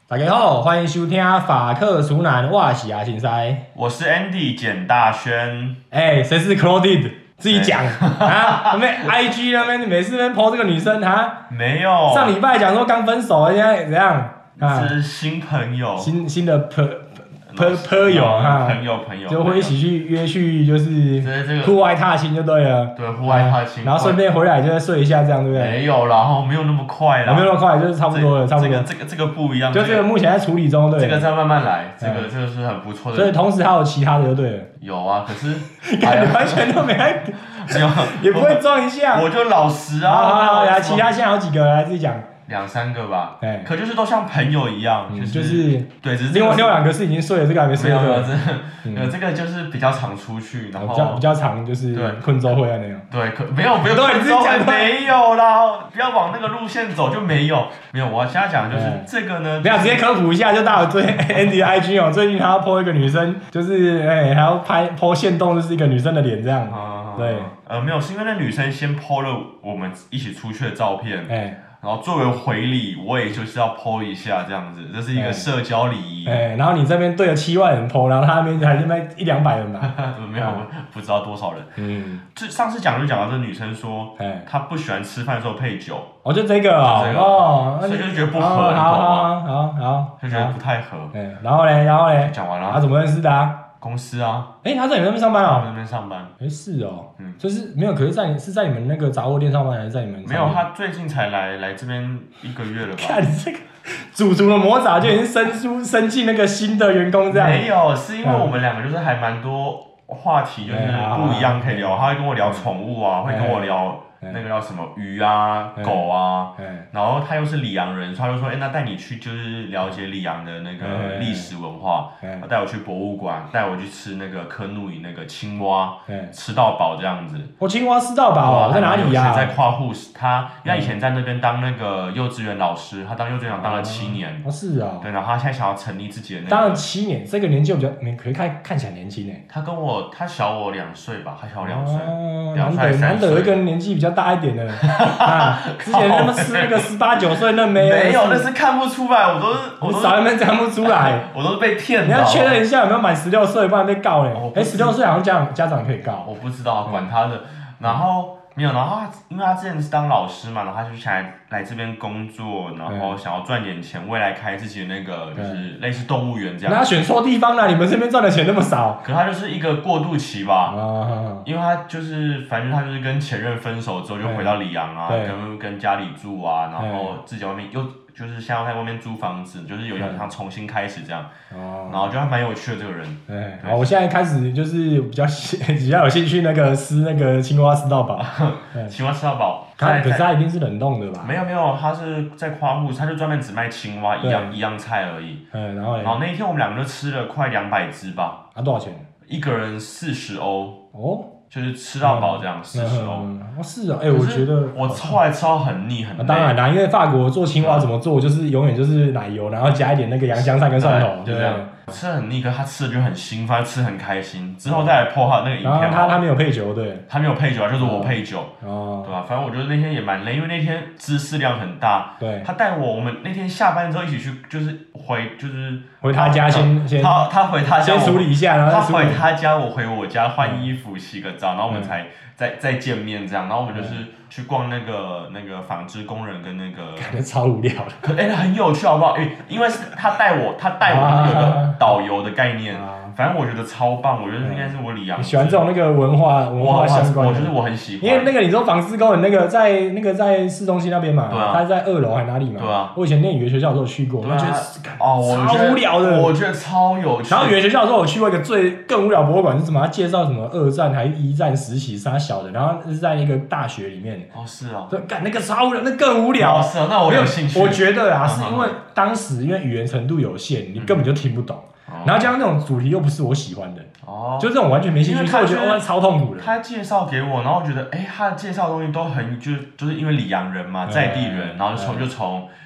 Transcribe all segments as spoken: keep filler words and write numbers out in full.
大家好，欢迎收听法克厨男，我是阿信塞， 我是 Andy 简大轩。 哎、欸，谁是 Claudine？ 自己讲啊！我们 I G 那边每次那边 po 这个女生哈， 没有。 上礼拜讲说刚分手，现在怎样？ 啊，这是新朋友， 新新的朋朋朋友哈， 朋友朋友， 就会一起去约去，就是户外踏青就对了。 对，户外踏青， 然后顺便回来就再睡一下，这样对不对？ 没有啦，没有那么快啦， 没有那么快，就是差不多了，差不多。 这个这个这个不一样， 就这个目前在处理中，对。 这个再慢慢来，这个这个是很不错的。 所以同时还有其他的，就对了。 有啊，可是感觉完全都没来，也不会装一下。 我就老实啊。 好好好，来，其他现在有几个来自己讲。 两三个吧，哎，可就是都像朋友一样， 就是对，只是另外另外两个是已经睡了，这个还没睡。 没有，这呃这个就是比较常出去，然后比较比较常就是困州会啊那种。 对，可没有没有困州会没有啦，不要往那个路线走就没有没有。我现在讲的就是这个呢， 不要直接科普一下，就大家追 Andy 的 I G 哦，最近他要 po 一个女生，就是哎还要拍 po 限动，就是一个女生的脸这样。对， 呃没有，是因为那女生先 po 了我们一起出去的照片，哎。然后作为回礼，我也就是要 po 一下这样子，这是一个社交礼仪。 哎、欸，然后你这边对了七万人 po， 然后他那边还是卖一两百人吧？ 没有，不知道多少人。嗯，这上次讲就讲到这女生说，哎，她不喜欢吃饭的时候配酒。 哦，就这个哦， 哦，所以就觉得不合， 好好好好， 就觉得不太合。 哎，然后嘞，然后嘞， 讲完了。 他怎么认识的啊？ 公司啊， 哎、欸，他在你们那边上班哦、喔， 那边上班， 哎、欸、是哦、喔，嗯，就是没有，可是在你是在你们那个杂货店上班，还是在你们？ 没有，他最近才来来这边一个月了吧？ 看你这个主厨的魔爪就已经生出生进那个新的员工这样。 没有，是因为我们两个就是还蛮多话题，就是不一样可以聊。他会跟我聊宠物啊，会跟我聊。那个叫什么鱼啊、狗啊，然后他又是里昂人，他就说：“哎、欸，那带你去就是了解里昂的那个历史文化，他带我去博物馆，带我去吃那个科努里那个青蛙，吃到饱这样子。” 我青蛙吃到饱，在哪里呀？ 在跨户，他因为他以前在那边当那个幼稚园老师，他当幼稚园长当了七年。 哦，是啊。 对，然后他现在想要成立自己的那个。 当了七年，这个年纪我比较，可以看看起来年轻诶。 他跟我，他小我两岁吧，他小我两岁。 哦，难得难得有一个年纪比较大一点的。啊！之前他们吃那个十八九岁那妹， 没有，那是看不出来，我都是我都少那边看不出来， 我都是被骗的。 你要确认一下有没有满十六岁，不然被告嘞。哎，十六岁好像家长家长可以告。 我不知道，管他的。然后没有，然后他因为他之前是当老师嘛，然后他就想来来这边工作，然后想要赚点钱，未来开自己的那个就是类似动物园这样。 那他选错地方了，你们这边赚的钱那么少。 可他就是一个过渡期吧，因为他就是反正他就是跟前任分手之后就回到里昂啊，跟跟家里住啊，然后自己外面又。就是像在外面租房子，就是有点像重新开始这样，哦、然后就还蛮有趣的这个人。 对，好，我现在开始就是比较比较有兴趣那个吃那个青蛙吃到饱， 青蛙吃到饱， 它可是它一定是冷冻的吧？ 没有没有，它是在夸户，它就专门只卖青蛙一样一样菜而已。 嗯，然后然后那一天我们两个就吃了快两百只吧。 啊，多少钱？ 一个人四十欧。哦。就是吃到饱这样，四十欧。 哦，是啊，哎，我觉得我后来吃到很腻很累。 当然啦，因为法国做青蛙怎么做，就是永远就是奶油，然后加一点那个洋香菜跟蒜头， 就这样。吃很腻，可是他吃的就很兴奋，吃很开心。之后再来 po 他那个影片。 然后他他没有配酒，对。 他没有配酒啊，就是我配酒。哦。对吧？反正我觉得那天也蛮累，因为那天知识量很大。 对。 他带我，我们那天下班之后一起去，就是回就是回他家先先。 他他回他家先处理一下，然后他回他家，我回我家换衣服、洗个澡，然后我们才再再见面这样，然后我们就是去逛那个那个纺织工人跟那个。 感觉超无聊的。 可哎，很有趣好不好？哎，因为是他带我，他带我有个导游的概念，反正我觉得超棒，我觉得应该是我里昂。 你喜欢这种那个文化文化相关的？ 我就是我很喜欢。 因为那个你说纺织工人那个在那个在市中心那边嘛， 对啊， 他在二楼还哪里嘛？ 对啊。 我以前念语言学校的时候去过，我觉得哦， 超无聊的。 我觉得超有趣。 然后语言学校的时候我去过一个最更无聊博物馆是什么？他介绍什么二战还是一战时期杀小的，然后是在一个大学里面。 哦，是啊。 对，干那个超无聊，那更无聊。 哦，是啊，那我有兴趣。 我觉得啊，是因为当时因为语言程度有限，你根本就听不懂。然后加上那种主题又不是我喜欢的，哦，就这种完全没兴趣，所以我觉得超痛苦的。 他介绍给我，然后我觉得，哎，他的介绍的东西都很就是就是因为里昂人嘛，在地人，然后就从就从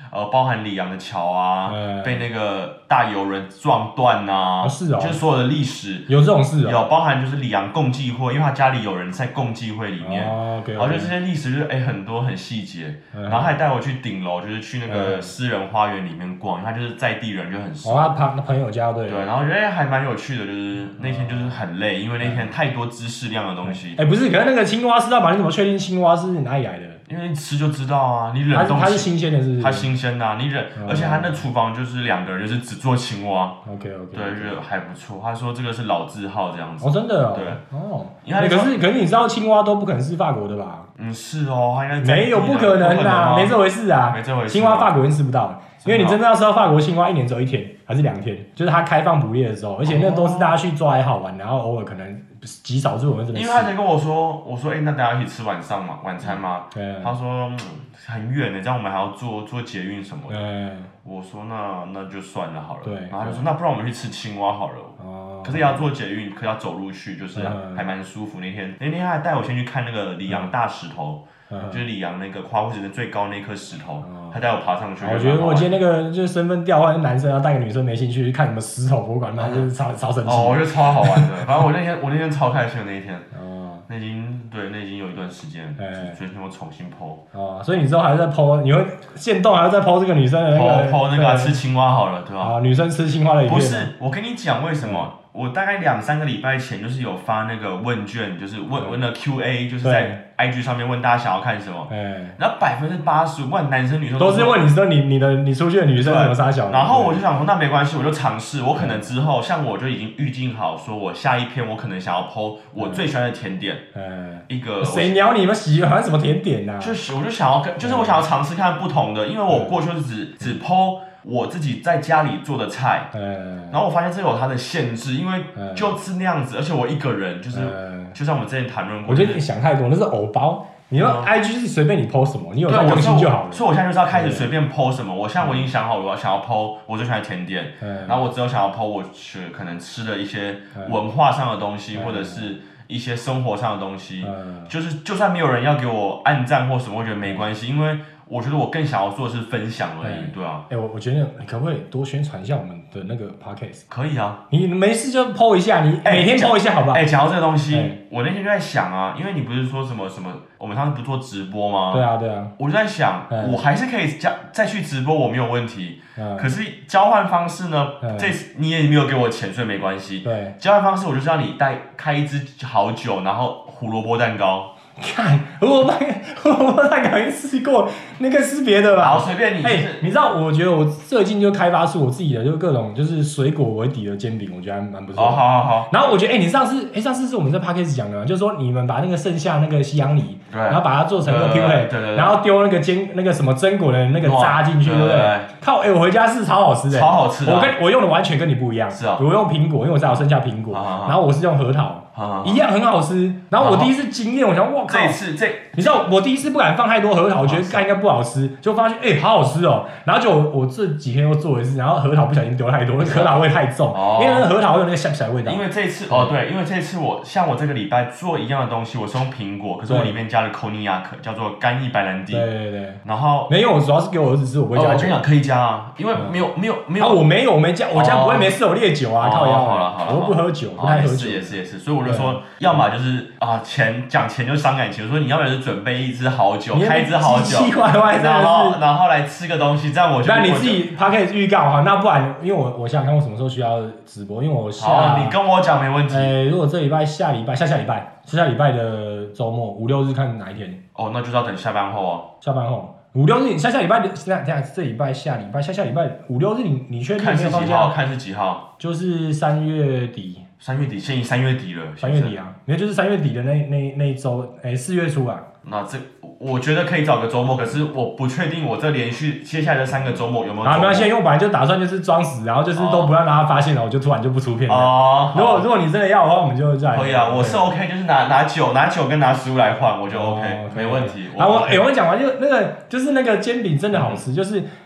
呃，包含里昂的桥啊，嗯、被那个大游人撞断呐、啊， 是哦， 就是所有的历史有这种事哦， 有包含就是里昂共济会，因为他家里有人在共济会里面， 哦 okay, okay. 然后就这些历史就是哎、欸、很多很细节，嗯、然后他还带我去顶楼，就是去那个私人花园里面逛，因为他就是在地人就很熟， 哦，他朋朋友家对， 对，然后觉得哎、欸、还蛮有趣的，就是那天就是很累，因为那天太多知识量的东西。 哎、欸，不是，可是那个青蛙吃到饱，你怎么确定青蛙是哪里来的？ 因为你吃就知道啊，你冷冻它是新鲜的是不是？ 它新鲜的、啊，你忍，嗯、而且他那厨房就是两个人，就是只做青蛙。 OK OK。 对，就还不错。他说这个是老字号这样子。 哦，真的哦。 对。 哦。因为可是可是你知道青蛙都不可能是法国的吧？ 嗯，是哦，他应该没有不可能啦，没这回事啊， 没这回事。 青蛙法国人吃不到。因为你真的要吃到法国青蛙，一年只有一天还是两天，就是它开放捕猎的时候，而且那都是大家去抓来好玩，然后偶尔可能极少数人真的吃。 因为他才跟我说，我说哎、欸，那大家一起吃晚上嘛，晚餐吗？嗯、他说、嗯、很远的，这样我们还要坐坐捷运什么的。嗯、我说那那就算了好了。 对。 然后他就说那不然我们去吃青蛙好了。哦。可是也要坐捷运，可是要走路去，就是还蛮舒服。那天那天他还带我先去看那个里昂大石头。嗯、就是里昂那个夸布什的最高那颗石头，他带我爬上去。 我觉得我今天那个就是身份调换，男生要带个女生没兴趣去看什么石头博物馆，那就是超超神奇。 哦，我觉得超好玩的。反正我那天我那天超开心的那一天。哦。那已经对，那已经有一段时间，昨天我重新 po。 哦，所以你之后还是在 po， 你会限动还是在 po 这个女生的那个 po po 那个吃青蛙好了，对吧？ 啊，女生吃青蛙的影片。 不是，我跟你讲为什么。我大概两三个礼拜前就是有发那个问卷，就是问问了 Q A， 就是在 I G 上面问大家想要看什么，然后百分之八十五，不管男生女生都是问你说你你的你出去的女生怎么杀小。 然后我就想说那没关系，我就尝试，我可能之后像我就已经预定好，说我下一篇我可能想要 po 我最喜欢的甜点，一个谁鸟你们喜欢什么甜点啊？ 就是我就想要跟，就是我想要尝试看不同的，因为我过去就只只 po。我自己在家里做的菜，嗯、然后我发现这有它的限制，因为就是那样子，而且我一个人，就是、嗯、就像我们之前谈论过， 我觉得你想太多，那是偶包。你用 I G 是随便你 po 什么，你有在用心就好了。 所以我现在就是要开始随便 po 什么。我现在我已经想好了，我想要 po 我最喜欢的甜点，嗯、然后我只有想要 po 我去可能吃的一些文化上的东西，嗯、或者是一些生活上的东西，嗯、就是就算没有人要给我按赞或什么，我觉得没关系，因为。我觉得我更想要做的是分享而已，嗯、对啊。 哎、欸，我我觉得你可不可以多宣传一下我们的那个 podcast？ 可以啊， 你没事就 po 一下，你每天 po 一下好不好？ 哎、欸，讲到这个东西，欸、我那天就在想啊，因为你不是说什么什么，我们上次不是做直播吗？ 对啊，对啊。 我就在想，欸、我还是可以加再去直播，我没有问题。嗯、可是交换方式呢？嗯、这你也没有给我钱，所以没关系。 对。 交换方式，我就是让你带开一支好酒，然后胡萝卜蛋糕。 看，我把我把蛋糕已经试过，那个是别的吧？ 好，随便你。 哎、欸，你知道，我觉得我最近就开发出我自己的，就各种就是水果为底的煎饼，我觉得还蛮不错。 好好好好。 然后我觉得，哎、欸，你上次，哎、欸，上次是我们在 podcast 讲的，就是说你们把那个剩下那个西洋梨，然后把它做成个 puree， 对对， 然后丢那个煎那个什么榛果的那个渣进去，对不对？靠，哎、欸，我回家试超好吃的， 超好吃的。 我跟我用的完全跟你不一样， 是啊。 我用苹果，因为我家有剩下苹果，然后我是用核桃。一样很好吃，然后我第一次惊艳，我想哇靠！ 这一次这， 你知道我第一次不敢放太多核桃，我觉得应该不好吃，就发现哎、欸、好好吃哦，然后就 我, 我这几天又做一次，然后核桃不小心丢太多，那核桃味太重，哦、因为那个核桃会有那个香香的味道。 因为这一次哦对，因为这一次我像我这个礼拜做一样的东西，我是用苹果，可是我里面加了科尼亚克，叫做干邑白兰地。 对对对。 然后没有，我主要是给我儿子吃，我不会加酒。 哦、我跟你讲可以加啊，因为没有、嗯、没有没有。 啊，我没有，我没加，我家不会没事有烈酒啊，靠腰。 好了好了， 我不喝酒，不太喝酒。 也是也是，所以我就说，要么就是啊钱讲钱就伤感情，我说你要不然就准备一支好酒，开一支好酒， 奇奇怪怪真的是， 然后然后来吃个东西，这样我就。 那你自己 podcast 预告哈，那不然因为我我想想看我什么时候需要直播，因为我下好，你跟我讲没问题。 呃，如果这礼拜、下礼拜、下下礼拜、下下礼拜的周末五六日看哪一天？ 哦，那就是要等下班后啊。 下班后。五六日，下下礼拜的，这样这样，这礼拜、下礼拜、下下礼拜五六日你，你你确定没有放假？ 看是几号？ 就是三月底。 三月底，现在三月底了。 三月底啊，没有，就是三月底的那那那一周，哎、欸，四月初啊。 那这我觉得可以找个周末，可是我不确定我这连续接下来的三个周末有没有。 啊，没关系，因为我本来就打算就是装死，然后就是都不让大家发现了，我就突然就不出片了。哦。如果如果你真的要的话，我们就再。 可以啊，我是 OK， 就是拿拿酒拿酒跟拿食物来换，我就 OK，、哦、没问题。 啊，我哎、欸，我跟你讲完就那个就是那个煎饼真的好吃，嗯、就是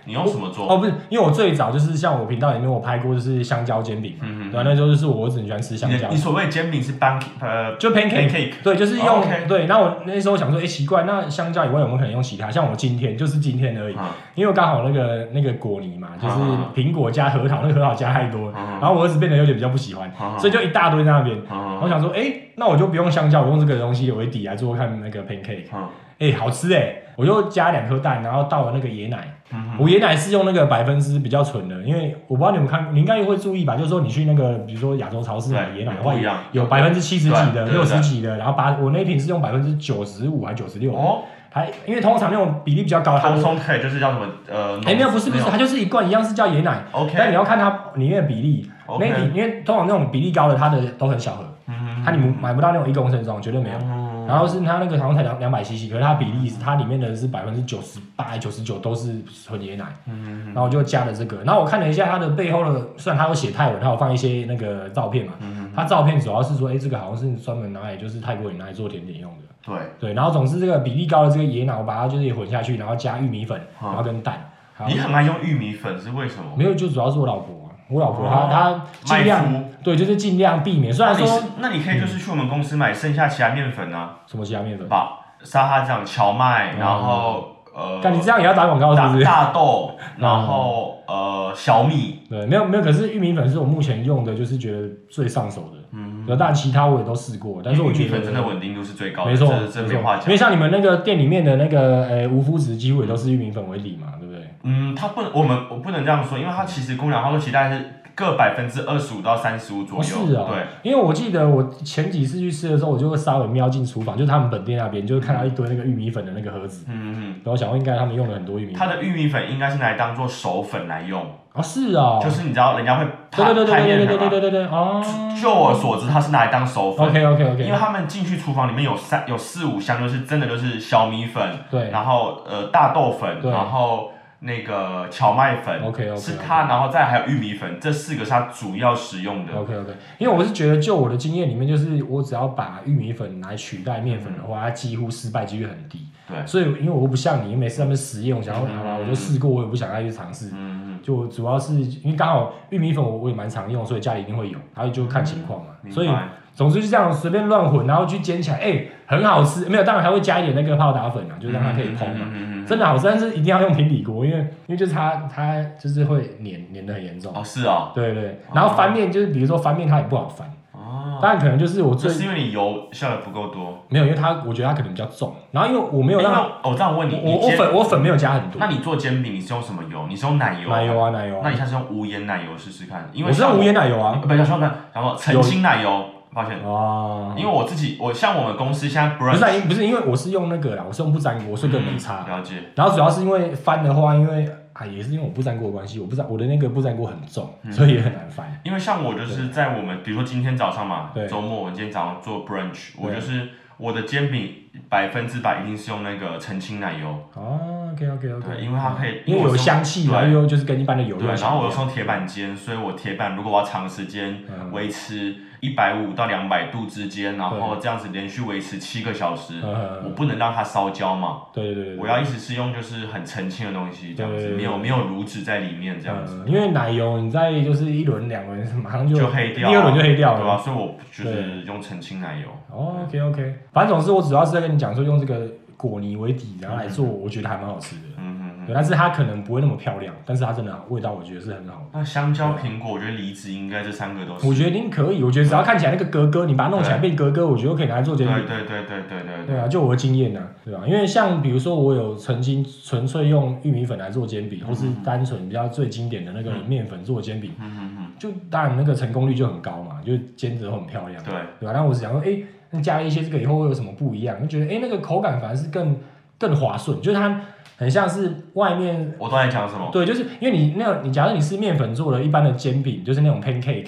你用什么做？ 哦，不是，因为我最早就是像我频道里面我拍过就是香蕉煎饼嘛，嗯、对吧、啊？那时候就是我儿子很喜欢吃香蕉。 你, 你所谓煎饼是 pan 呃就 pancake， pancake 对，就是用、 oh, okay. 对。然后我那时候想说，哎，奇怪，那香蕉以外有没有可能用其他？像我今天就是今天而已，嗯、因为刚好那个那个果泥嘛，就是苹果加核桃，那个核桃加太多，嗯、然后我儿子变得有点比较不喜欢，嗯、所以就一大堆在那边。嗯、我想说，哎，那我就不用香蕉，我用这个东西为底来做看那个 pancake，哎、嗯，好吃哎。我就加两颗蛋，然后倒了那个椰奶。嗯、我椰奶是用那个百分之比较纯的，因为我不知道你们看，你应该会注意吧？就是说你去那个，比如说亚洲超市买椰奶的话，有百分之七十几的、六十几的，然后把我那一瓶是用百分之九十五还九十六。哦，还因为通常那种比例比较高， 它松可以就是叫什么呃？ 哎、欸，没有，不是不是，它就是一罐一样是叫椰奶。OK， 但你要看它里面的比例。Okay. 那瓶因为通常那种比例高的，它的都很小盒，嗯、它你买不到那种一公升装，绝对没有。嗯然后是它那个好像才两两百 C C， 可是它比例是它里面的是百分之九十八、九十九都是纯椰奶，嗯、然后我就加了这个。然后我看了一下它的背后的，虽然它有写泰文，它有放一些那个照片嘛，嗯、它照片主要是说，哎，这个好像是专门拿来就是泰国人拿来做甜点用的。 对对，然后总之这个比例高的这个椰奶，我把它就是也混下去，然后加玉米粉，嗯、然后跟蛋。 你很爱用玉米粉是为什么？ 没有，就主要是我老婆。我老婆她她尽量对，就是尽量避免。虽然说， 那你可以就是去我们公司买剩下其他面粉啊。 什么其他面粉？ 把沙哈酱、荞麦，然后呃， 但你这样也要打广告是不是？ 大豆，然后呃小米。 对，没有没有，可是玉米粉是我目前用的，就是觉得最上手的。嗯，当然其他我也都试过，但是我觉得玉米粉真的稳定度是最高的。 没错， 这没话讲。 因为像你们那个店里面的那个呃无麸质，几乎也都是玉米粉为底嘛，对不对？ 嗯，它不能，我们我不能这样说，因为它其实公粮它说期待是各百分之二十五到三十五左右。 是啊，对，因为我记得我前几次去吃的时候，我就会稍微瞄进厨房，就是他们本店那边，就会看到一堆那个玉米粉的那个盒子。嗯嗯。然后想问，应该他们用了很多玉米粉。 它的玉米粉应该是拿来当做熟粉来用。 啊，是啊。 就是你知道，人家会对对对对对对对对对对哦。 就我所知，它是拿来当熟粉。 OK OK OK。 因为他们进去厨房里面有三有四五箱，就是真的就是小米粉，对，然后呃大豆粉，然后。那个荞麦粉 ，OK OK， 是它，然后再还有玉米粉，这四个是它主要使用的。 OK OK， 因为我是觉得，就我的经验里面，就是我只要把玉米粉来取代面粉的话，它几乎失败几率很低。对，所以因为我不像你，每次在那边实验，我想要好吧，我就试过，我也不想再去尝试。嗯嗯。就主要是因为刚好玉米粉我我也蛮常用，所以家里一定会有，然后就看情况嘛。所以总之就这样随便乱混，然后去煎起来，哎、欸，很好吃。没有，当然还会加一点那个泡打粉啊，就让它可以蓬嘛。嗯嗯嗯嗯真的好吃，但是一定要用平底锅，因为因为就是它它就是会黏黏得很严重。 哦，是哦。 对对，然后翻面就是比如说翻面它也不好翻。哦。当然可能就是我最。 这是因为你油下的不够多。 没有，因为它我觉得它可能比较重，然后因为我没有让。 哦，我这样问你， 我我粉我粉没有加很多。 那你做煎饼你是用什么油？你是用奶油？ 奶油啊奶油啊。 那你下次用无盐奶油试试看，因为我是用无盐奶油啊， 不是说看，然后澄清奶油。抱歉哦，因为我自己，我像我们公司现在 brunch 不是、啊、不是因为我是用那个啦，我是用不粘锅，所以根本没差、 嗯。了解。 然后主要是因为翻的话，因为啊也是因为我不粘锅的关系，我不粘我的那个不粘锅很重，嗯、所以也很难翻。 因为像我就是在我们比如说今天早上嘛，周末我今天早上做 brunch， 我就是我的煎饼百分之百一定是用那个澄清奶油。 哦 ，OK OK OK。 对，因为它可以， 因为有香气，然后又就是跟一般的油。 对，然后我用铁板煎，所以我铁板如果我要长时间维持一百五到两百度之间，然后这样子连续维持七个小时，我不能让它烧焦嘛。对对 对, 對。我要一直是用就是很澄清的东西，这样子对对对对没有没有乳脂在里面这样子。 嗯、因为奶油你在就是一轮两轮马上就就黑掉、啊， 第二轮就黑掉了。 对啊，所以我就是用澄清奶油。 哦 ，OK OK， 反正总之我主要是在跟你讲说用这个果泥为底，然后来做，我觉得还蛮好吃的。嗯嗯嗯。对，但是它可能不会那么漂亮，但是它真的味道我觉得是很好的。 那香蕉、苹果，我觉得梨子应该这三个都是。 我觉得您可以，我觉得只要看起来那个格格，你把它弄起来变格格，我觉得可以拿来做煎饼。 对对对对对对。 对啊，就我的经验呢、啊，对吧、啊？因为像比如说我有曾经纯粹用玉米粉来做煎饼，嗯、或是单纯比较最经典的那个面粉做煎饼，嗯嗯嗯，就当然那个成功率就很高嘛，就煎得很漂亮。对对吧、啊？然后我是想说，哎、欸。加了一些这个以后会有什么不一样？就觉得哎、欸，那个口感反而是更更滑顺，就是它很像是外面。 我都在讲什么？ 对，就是因为你那个，你假如你是面粉做的一般的煎饼，就是那种 pancake，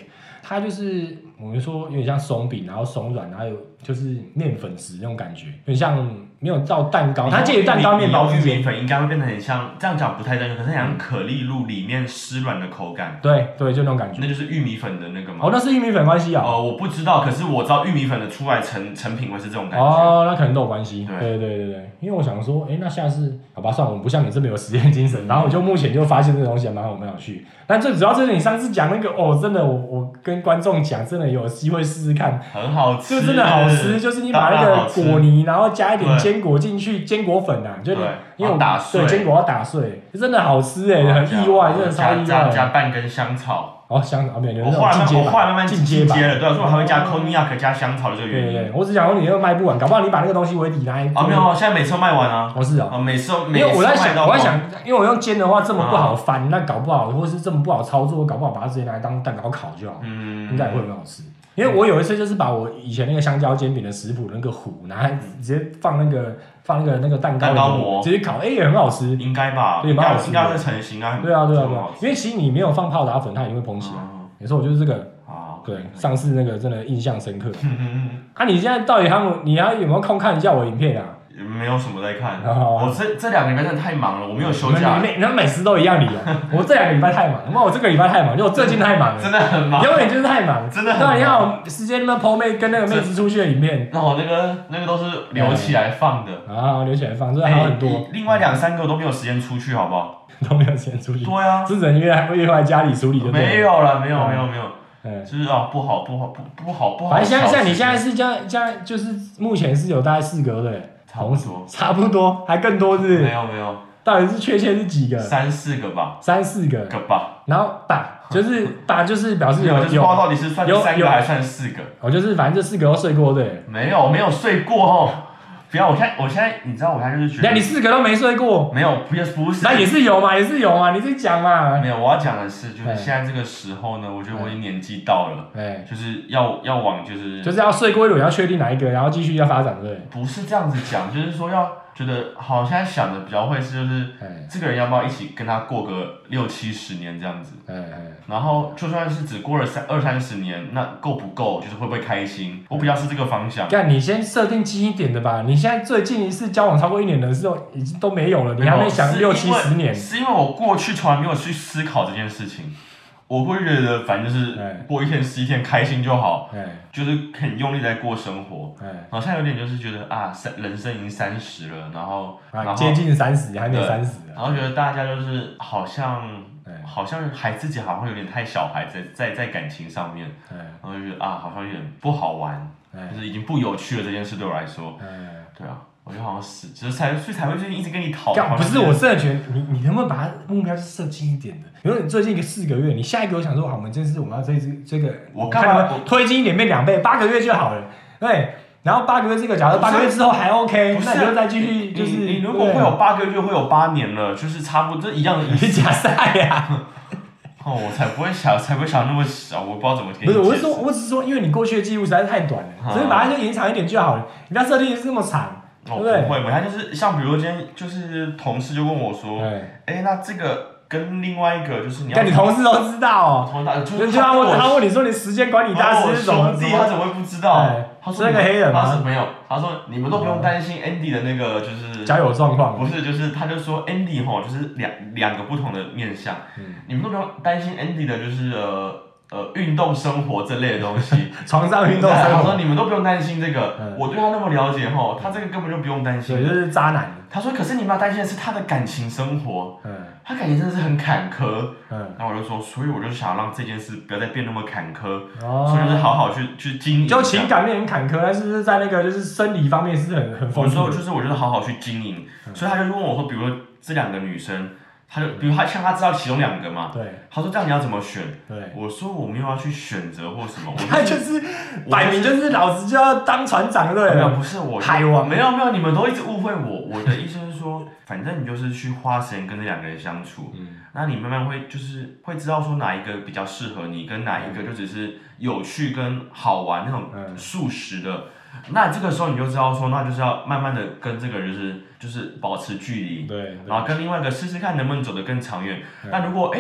它就是我们说有点像松饼，然后松软，然后有就是面粉食那种感觉，有点像没有到蛋糕，它介于蛋糕面包之间。 玉米粉应该会变得很像，这样讲不太正确，可是很像可丽露里面湿软的口感。 对对，就那种感觉。 那就是玉米粉的那个吗？ 哦，那是玉米粉关系啊。 哦，我不知道，可是我知道玉米粉的出来成成品会是这种感觉。 哦，那可能都有关系。对对对对，因为我想说，哎，那下次好吧，算了，我们不像你这么有实验精神，然后我就目前就发现这个东西还蛮好蛮有趣。但最主要就是你上次讲那个哦，真的我我跟观众讲，真的有机会试试看， 很好吃， 就真的好吃，就是你把那个果泥，然后加一点坚果进去，坚果粉啊，就因为我打碎， 对坚果要打碎，真的好吃哎，很意外，真的超意外。 加加半根香草。 哦，香草没有， 我后来我后来慢慢进阶了，对啊，所以我还会加 cognac 加香草的这个原因。 对对，我只想说你那个卖不完，搞不好你把那个东西为底拿来。 啊没有，现在每次都卖完啊。 哦是啊， 每次都每次因为我在想，我在想，因为我用煎的话这么不好翻，那搞不好或是这么不好操作，搞不好把它直接拿来当蛋糕烤就好，嗯，应该也会很好吃。因为我有一次就是把我以前那个香蕉煎饼的食谱那个糊拿来直接放那个放那个那个蛋糕蛋糕模直接烤，哎也很好吃。 应该吧？ 对，蛮好吃， 应该会成型啊。 对啊对啊对啊，因为其实你没有放泡打粉，它一定会蓬起来。没错，我就是这个啊，对，上次那个真的印象深刻。啊，你现在到底还有你还有没有空看一下我影片啊？ 没有什么在看，我这这两个礼拜真的太忙了，我没有休假。 你们每次都一样理由，我这两个礼拜太忙，那我这个礼拜太忙，就我最近太忙了， 真的很忙， 永远就是太忙， 真的很忙。 对，你看我时间那么 po 妹跟那个妹子出去的影片， 那我那个那个都是留起来放的啊，留起来放，这还有很多。 另外两三个我都没有时间出去，好不好？ 都没有时间出去。 对啊， 是整约还会约回来家里处理就没有了，没有没有没有。就是啊，不好不好不不好不好。 反正像像你现在是这样这样，就是目前是有大概四个对。 差不多， 差不多，还更多是？ 没有没有， 到底是确切是几个？ 三四个吧。 三四个。 个吧。 然后把就是把就是表示有有，到底是算三个还算四个？ 我就是反正这四个都睡过对。 没有没有睡过哦。不要，我现在我现在你知道我现在就是觉得。 那你四个都没睡过？ 没有，不是不是。 那也是有嘛，也是有嘛，你自己讲嘛。 没有，我要讲的是，就是现在这个时候呢，我觉得我已经年纪到了，就是要要往就是就是要睡过一轮，要确定哪一个，然后继续要发展，对。 不是这样子讲，就是说要觉得好，现在想的比较会是就是这个人要不要一起跟他过个六七十年这样子，然后就算是只过了三二三十年，那够不够？就是会不会开心？我比较是这个方向。 干，你先设定近一点的吧。你现在最近一次交往超过一年的时候，已经都没有了，你还没想六七十年。 是因为我过去从来没有去思考这件事情。我会觉得反正就是过一天是一天，开心就好，就是很用力在过生活。然后现在有点就是觉得啊，三人生已经三十了，然后接近三十，还没三十， 然后觉得大家就是好像好像还自己好像有点太小孩在在在感情上面，然后就觉得啊，好像有点不好玩，就是已经不有趣了这件事对我来说，对啊。我觉得好像是，就是才所以才会最近一直跟你讨论。 不是，我真的觉得你你能不能把它目标设近一点的？比如你最近一个四个月，你下一个我想说，好，我们这次我们要这这这个， 我干嘛推进一点变两倍，八个月就好了，对。然后八个月这个，假如八个月之后还 OK， 那你就再继续，就是你如果会有八个月，会有八年了，就是差不多一样的意思。 你假赛呀！ 哦，我才不会想，才不会想那么小，我不知道怎么。 不是，我是说，我只是说，因为你过去的记录实在是太短了，所以把它就延长一点就好了。你不要设定是这么长。 哦，不会，我他就是像比如说今天就是同事就问我说，哎，那这个跟另外一个就是你要， 但你同事都知道哦， 同事就他问他问你说你时间管理大师是什么？ 兄弟，他怎么会不知道？他说那个黑人吗？ 他说没有，他说你们都不用担心 Andy 的那个就是交友状况， 不是，就是他就说 Andy 吼就是两两个不同的面向，你们都不用担心 Andy 的就是呃。呃，运动生活这类的东西， 床上运动生活， 他说你们都不用担心这个，嗯、我对他那么了解吼，他这个根本就不用担心。 对，就是渣男。 他说，可是你们要担心的是他的感情生活，嗯，他感情真的是很坎坷，嗯，然后我就说，所以我就想要让这件事不要再变那么坎坷，哦，所以就是好好去去经营。 就情感面很坎坷，但是是在那个就是生理方面是很很丰富的。 我说就是我就是好好去经营，嗯、所以他就问我说，比如说这两个女生。他就比如他像他知道其中两个嘛， 对， 他说这样你要怎么选？ 对， 我说我没有要去选择或什么， 他就是摆明就是老子就要当船长对没有不是我海王， 没有没有你们都一直误会我，我的意思是说，反正你就是去花时间跟这两个人相处，嗯，那你慢慢会就是会知道说哪一个比较适合你，跟哪一个就只是有趣跟好玩那种速食的。那这个时候你就知道说，那就是要慢慢的跟这个人就是就是保持距离， 对， 然后跟另外一个试试看能不能走得更长远。那如果哎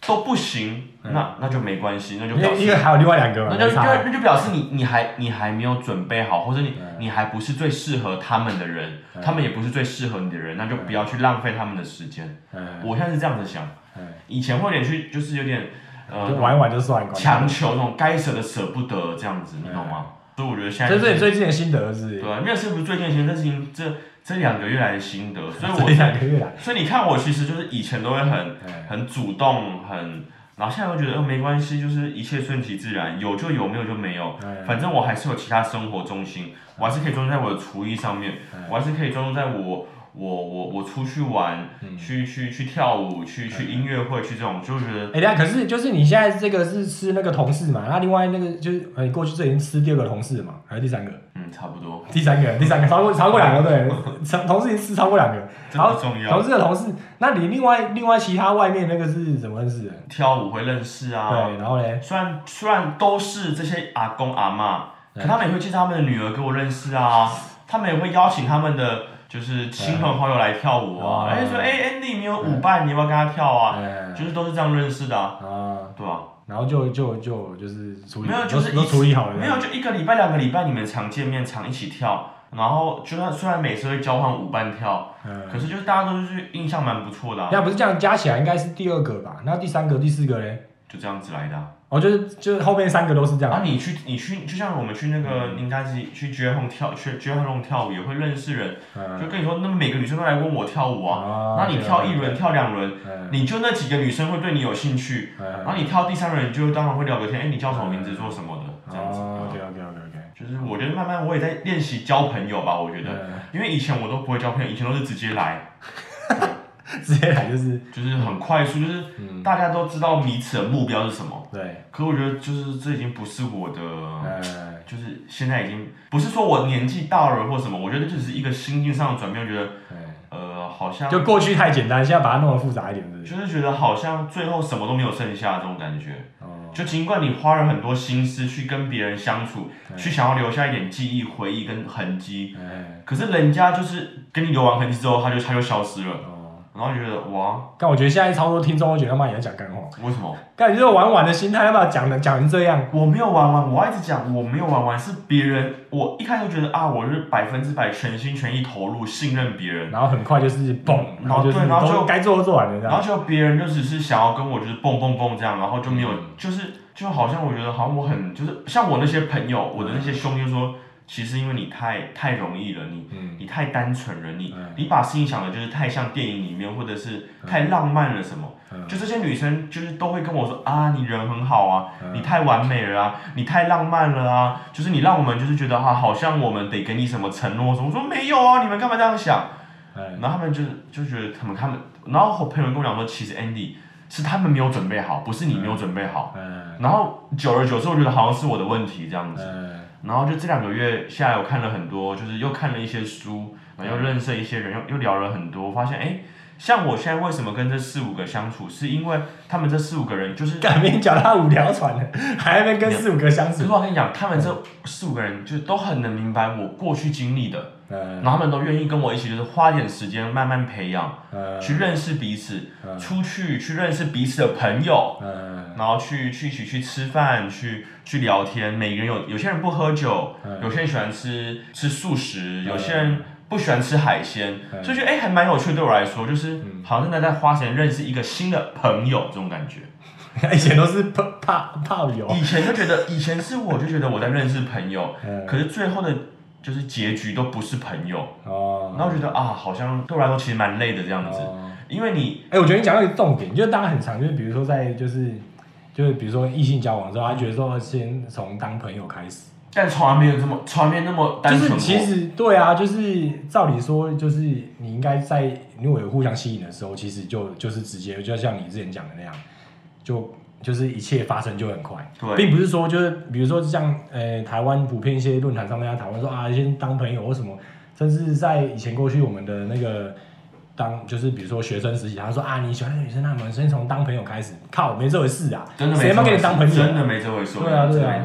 都不行，那那就没关系，那就表示因为还有另外两个嘛， 那就那就表示你你还你还没有准备好，或者你你还不是最适合他们的人，他们也不是最适合你的人，那就不要去浪费他们的时间。我现在是这样子想，以前会有点去就是有点呃玩一玩就算， 强求那种该舍的舍不得这样子，你懂吗？所以我觉得现在这是你最近的心得是？ 对，那是不是最近的心得？这是这这两个月来的心得，所以我这两个月来， 所以你看我其实就是以前都会很很主动，很，然后现在会觉得呃没关系，就是一切顺其自然，有就有，没有就没有，反正我还是有其他生活重心，我还是可以专注在我的厨艺上面，我还是可以专注在我。我我我出去玩，嗯、去去去跳舞，去去音乐会，去这种，就觉得。 哎、欸，等下可是就是你现在这个是吃那个同事嘛？那另外那个就是你过去这已经吃第二个同事嘛？还是第三个？ 嗯，差不多。 第三个，第三个超过超过两个对，同事已经吃超过两个。 这不重要。 同事的同事，那你另外另外其他外面那个是怎么认识的？ 跳舞会认识啊。 对，然后嘞。 虽然虽然都是这些阿公阿嬷，可他们也会介绍他们的女儿给我认识啊，他们也会邀请他们的。就是亲朋好友来跳舞啊，哎、嗯欸、说哎、欸、Andy 你有舞伴，嗯、你要不要跟他跳啊？嗯、就是都是这样认识的啊，嗯、对吧、啊？ 然后就就就就是处理， 没有就是都处理好了， 没有就一个礼拜两个礼拜你们常见面常一起跳，然后就算虽然每次会交换舞伴跳，嗯、可是就是大家都是印象蛮不错的、啊。 那不是这样加起来应该是第二个吧？那第三个第四个嘞？ 就这样子来的、啊。 哦，就是就是后面三个都是这样。 啊，你去你去，就像我们去那个，嗯、应该是去 J Home 跳，去 J Home 跳舞也会认识人，嗯、就跟你说，那么每个女生都来问我跳舞啊，那、啊、你跳一轮、跳两轮，嗯、你就那几个女生会对你有兴趣，嗯、然后你跳第三轮，就当然会聊个天，哎、欸，你叫什么名字，做什么的，这样子。 哦 OK OK OK OK。 就是我觉得慢慢我也在练习交朋友吧，我觉得，嗯、因为以前我都不会交朋友，以前都是直接来。 直接来就是就是很快速，就是大家都知道彼此的目标是什么。 对。 可我觉得就是这已经不是我的，嗯、就是现在已经不是说我年纪大了或什么，我觉得只是一个心境上的转变，我觉得，呃，好像就过去太简单，现在把它弄得复杂一点，是不是？ 就是觉得好像最后什么都没有剩下这种感觉。哦。就尽管你花了很多心思去跟别人相处，去想要留下一点记忆、回忆跟痕迹，可是人家就是跟你留完痕迹之后，他就他就消失了。然后觉得哇， 但我觉得现在超多听众会觉得他妈也在讲干话。 为什么？ 干你这种玩玩的心态，要不要讲的讲成这样？ 我没有玩玩，我要一直讲我没有玩玩，是别人。我一开始就觉得啊，我是百分之百全心全意投入，信任别人。 然后很快就是蹦，然后就是然后就该做都做完了这样。 然后就别人就只是想要跟我就是蹦蹦蹦这样，然后就没有、嗯、就是就好像我觉得好像我很就是像我那些朋友，我的那些兄弟就说。其实因为你太太容易了，你、嗯、你太单纯了，你、嗯、你把事情想的就是太像电影里面，或者是太浪漫了什么，嗯、就这些女生就是都会跟我说啊，你人很好啊，嗯、你太完美了啊，你太浪漫了啊，就是你让我们就是觉得啊，好像我们得给你什么承诺什么，我说没有啊，你们干嘛这样想？嗯、然后他们就就觉得他们他们，然后我朋友跟我讲说，其實 Andy 是他们沒有準備好，不是你沒有準備好，嗯、然後久而久之，我覺得好像是我的問題這樣子。嗯然後就這兩個月下來，我看了很多，就是又看了一些書，然後又認識一些人，又又聊了很多，我發現哎，像我現在為什麼跟這四五個相處，是因為他們這四五個人就是。 趕邊腳踏五條船了，還在跟四五個相處。 可是我跟你講，他們這四五個人就都很能明白我過去經歷的，嗯、然後他們都願意跟我一起，就是花點時間慢慢培養，嗯、去認識彼此，嗯、出去去認識彼此的朋友。嗯然後去去一起去吃飯，去去聊天。每個人有有些人不喝酒，嗯、有些人喜歡吃吃素食，嗯、有些人不喜歡吃海鮮，嗯、所以覺得哎還蠻有趣。對我來說，就是、嗯、好像在在花時間認識一個新的朋友，這種感覺。 以前都是炮炮炮友。 以前就覺得，以前是我就覺得我在認識朋友，嗯、可是最後的，就是結局都不是朋友。哦。然後覺得啊，好像對我來說其實蠻累的這樣子，哦、因為你， 哎，我覺得你講到一個重點，就是大家很常，就是比如說在就是。就是比如說異性交往之後，他覺得說先從當朋友開始， 但從來沒有這麼，從來沒有那麼單純過。 就是其實對啊，就是照理說，就是你應該在如果有互相吸引的時候，其實就就是直接，就像你之前講的那樣，就就是一切發生就很快。對，並不是說就是比如說像呃台灣普遍一些論壇上面在討論說啊，先當朋友或什麼，甚至在以前過去我們的那個。當就是比如說學生時期，他說啊你喜歡那個女生，那我們先從當朋友開始，靠，沒這回事啊， 真的沒這回事， 誰他媽給你當朋友？ 真的沒這回事。 對啊對啊。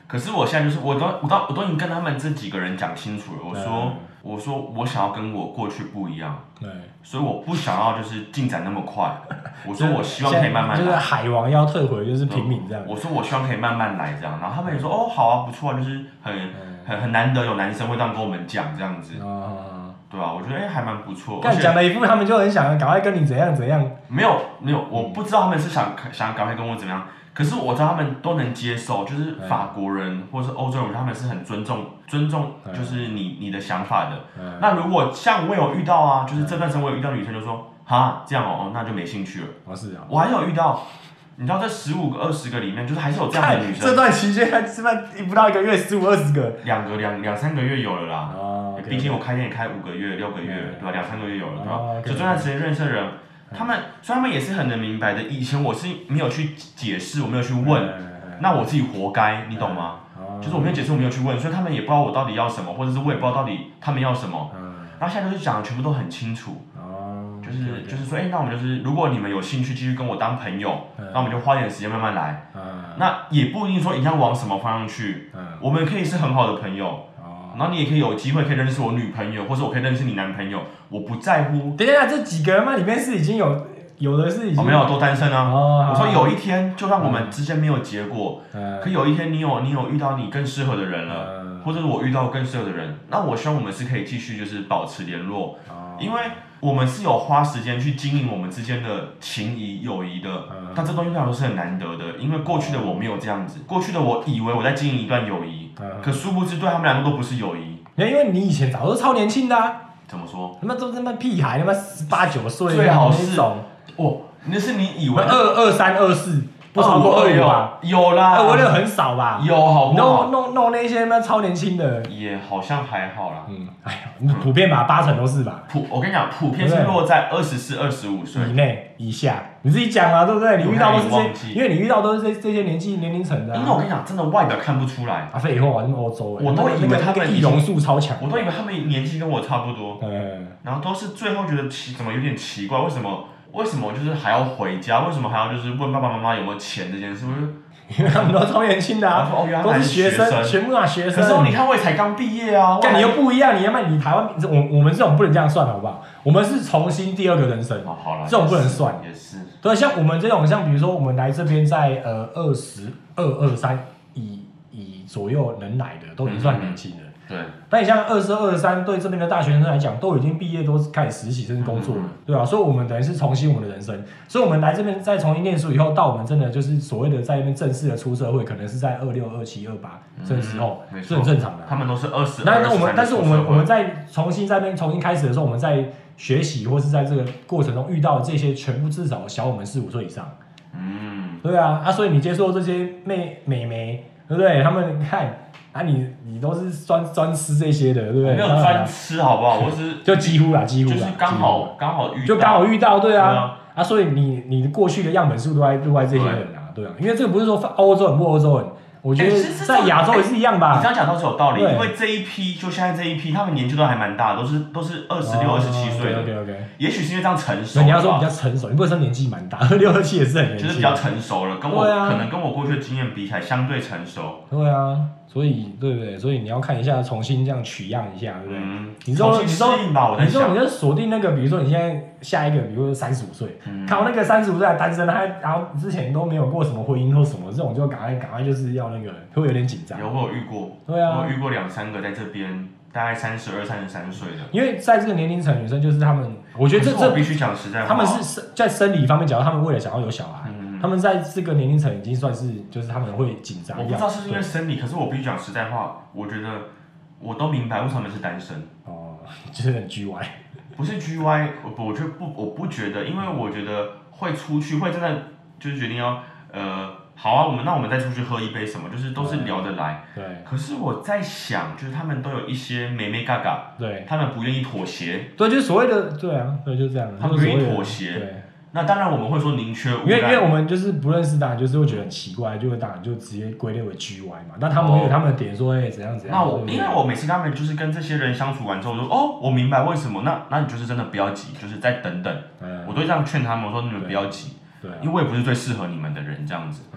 可是我现在就是我都我都我都已经跟他们这几个人讲清楚了，我说我说我想要跟我过去不一样，对，所以我不想要就是进展那么快，我说我希望可以慢慢来， 就是海王要退回就是平民这样， 我说我希望可以慢慢来这样，然后他们也说哦好啊不错啊，就是很很很难得有男生会这样跟我们讲这样子。对啊，我觉得哎、欸、还蛮不错。 但讲了一副他们就很想赶快跟你怎样怎样。 没有没有，我不知道他们是想想赶快跟我怎么样，可是我知道他们都能接受，就是法国人或是欧洲人，他们是很尊重尊重就是你你的想法的。那如果像我有遇到啊，就是这段时间我有遇到女生就说哈这样哦、喔，那就没兴趣了。 哦是啊。 我还有遇到。你知道这十五个、二十个里面，就是还是有这样的女生。 这段期间还是不不到一个月，十五、二十个。 两个两两三个月有了啦。 哦。 毕竟我开店也开五个月、六个月，对吧？两三个月有了，对吧？就这段时间认识的人，他们所以他们也是很能明白的。以前我是没有去解释，我没有去问，那我自己活该，你懂吗？就是我没有解释，我没有去问，所以他们也不知道我到底要什么，或者是我也不知道到底他们要什么。然后现在就是讲的全部都很清楚。就是就是说，哎、欸，那我们就是，如果你们有兴趣继续跟我当朋友，那我们就花点时间慢慢来。那也不一定说一定要往什么方向去，我们可以是很好的朋友。然后你也可以有机会可以认识我女朋友，或者我可以认识你男朋友，我不在乎。 等一下，这几个人嘛，里面是已经有有的是已经、 哦、没有都单身啊。 哦、 我说有一天，就算我们之间没有结果，嗯、可有一天你有你有遇到你更适合的人了，嗯、或者是我遇到更适合的人，那我希望我们是可以继续就是保持联络，哦、因为我们是有花时间去经营我们之间的情谊友谊的，嗯、但这东西对我来说是很难得的，因为过去的我没有这样子，过去的我以为我在经营一段友谊，嗯、可殊不知对他们两个都不是友谊。 因为你以前早都超年轻的啊。 怎么说？ 他妈都他妈屁孩，他妈十八九岁， 最好是哦，那是你以为二二三二四。不超过二五吧？ 有啦， 二五六很少吧？ 有好不好？ 弄弄弄那些那超年轻的， 也好像还好啦。 嗯，哎呀，普遍吧，八成都是吧。 普，我跟你讲，普遍是落在二十四、二十五岁以内以下。你自己讲啊，对不对？你遇到都是这，因为你遇到都是这这些年纪年龄层的。 因为我跟你讲，真的外表看不出来。 啊，废话，那么欧洲哎， 我都以为他们易容术超强， 我都以为他们年纪跟我差不多。嗯。然后都是最后觉得奇，怎么有点奇怪？为什么？为什么就是还要回家？为什么还要就是问爸爸妈妈有没有钱这件事？ 因为他们都超年轻的啊， 哦、 都是学生，全部啊学生。 可是你看我也才刚毕业啊， 但你又不一样，你要卖你台湾，我我们这种不能这样算好不好？我们是重新第二个人生， 哦、好啦， 这种不能算。 也是。 对，像我们这种，像比如说我们来这边在呃二十二、二三以以左右能来的，都已经算年轻的。嗯对， 但你像二十二、二十三，对这边的大学生来讲，都已经毕业，都开始实习甚至工作了，嗯、对吧、啊？所以，我们等于是重新我们的人生。所以，我们来这边再重新念书以后，到我们真的就是所谓的在那边正式的出社会，可能是在二六、二七、二八这个时候， 嗯、 是很正常的、啊。 他们都是二十。 那那我们，但是我们我们在重新在那边重新开始的时候，我们在学习或是在这个过程中遇到的这些，全部至少小我们四五岁以上。嗯，对啊，啊，所以你接受这些妹美眉，对不对？他们看。啊你，你你都是专专吃这些的，对不对？ 没有专吃，好不好？我是就几乎啦，几乎啦， 就是刚好刚好遇到， 就刚好遇到，对啊，对啊，啊，所以你你过去的样本数都在都在这些人啊，对啊，因为这个不是说欧洲人不欧洲人，我觉得在亚洲也是一样吧。 你这样讲倒是有道理，因为这一批就现在这一批，他们年纪都还蛮大，都是都是二十六、二十七岁的。 OK OK。 也许是因为这样成熟。 你要说比较成熟，你不能说年纪蛮大，二六二七也是很年轻。 就是比较成熟了，跟我可能跟我过去的经验比起来，相对成熟。 对啊。所以，对不对？所以你要看一下，重新这样取样一下，对不对？ 嗯、 你说，你说， 你说，你就锁定那个，比如说你现在下一个，比如说三十五岁，看到那个三十五岁还单身，还然后之前都没有过什么婚姻或什么，这种就赶快赶快就是要那个，会有点紧张。 有我有遇过， 对啊， 我有遇过两三个在这边，大概三十二、三十三岁的。 因为在这个年龄层，女生就是他们，我觉得这这必须讲实在话， 他们是在生理方面讲，他们为了想要有小孩。嗯他们在这个年龄层已经算是，就是他们会紧张。 我不知道是因为生理，可是我必须讲实在话，我觉得我都明白为什么他们是单身。 哦，就是很 G Y。 不是 G Y， 我我觉得不，我不觉得，因为我觉得会出去，会真的就是决定要呃，好啊，我们那我们再出去喝一杯什么，就是都是聊得来。 对。 可是我在想，就是他们都有一些妹妹嘎嘎， 对， 他们不愿意妥协。 对，就是所谓的，对啊，对，就是这样。 他们不愿意妥协。对。那当然我们会说宁缺毋滥， 因为因为我们就是不认识，当然就是会觉得很奇怪，就会当然就直接归类为 G Y 嘛。那他们会有他们的点说，哎、欸，怎样怎样。 那我因为我每次跟他们就是跟这些人相处完之后，我说哦，我明白为什么。那那你就是真的不要急，就是再等等。嗯、我都这样劝他们，我说你们不要急，对，因为我也不是最适合你们的人这样子。嗯、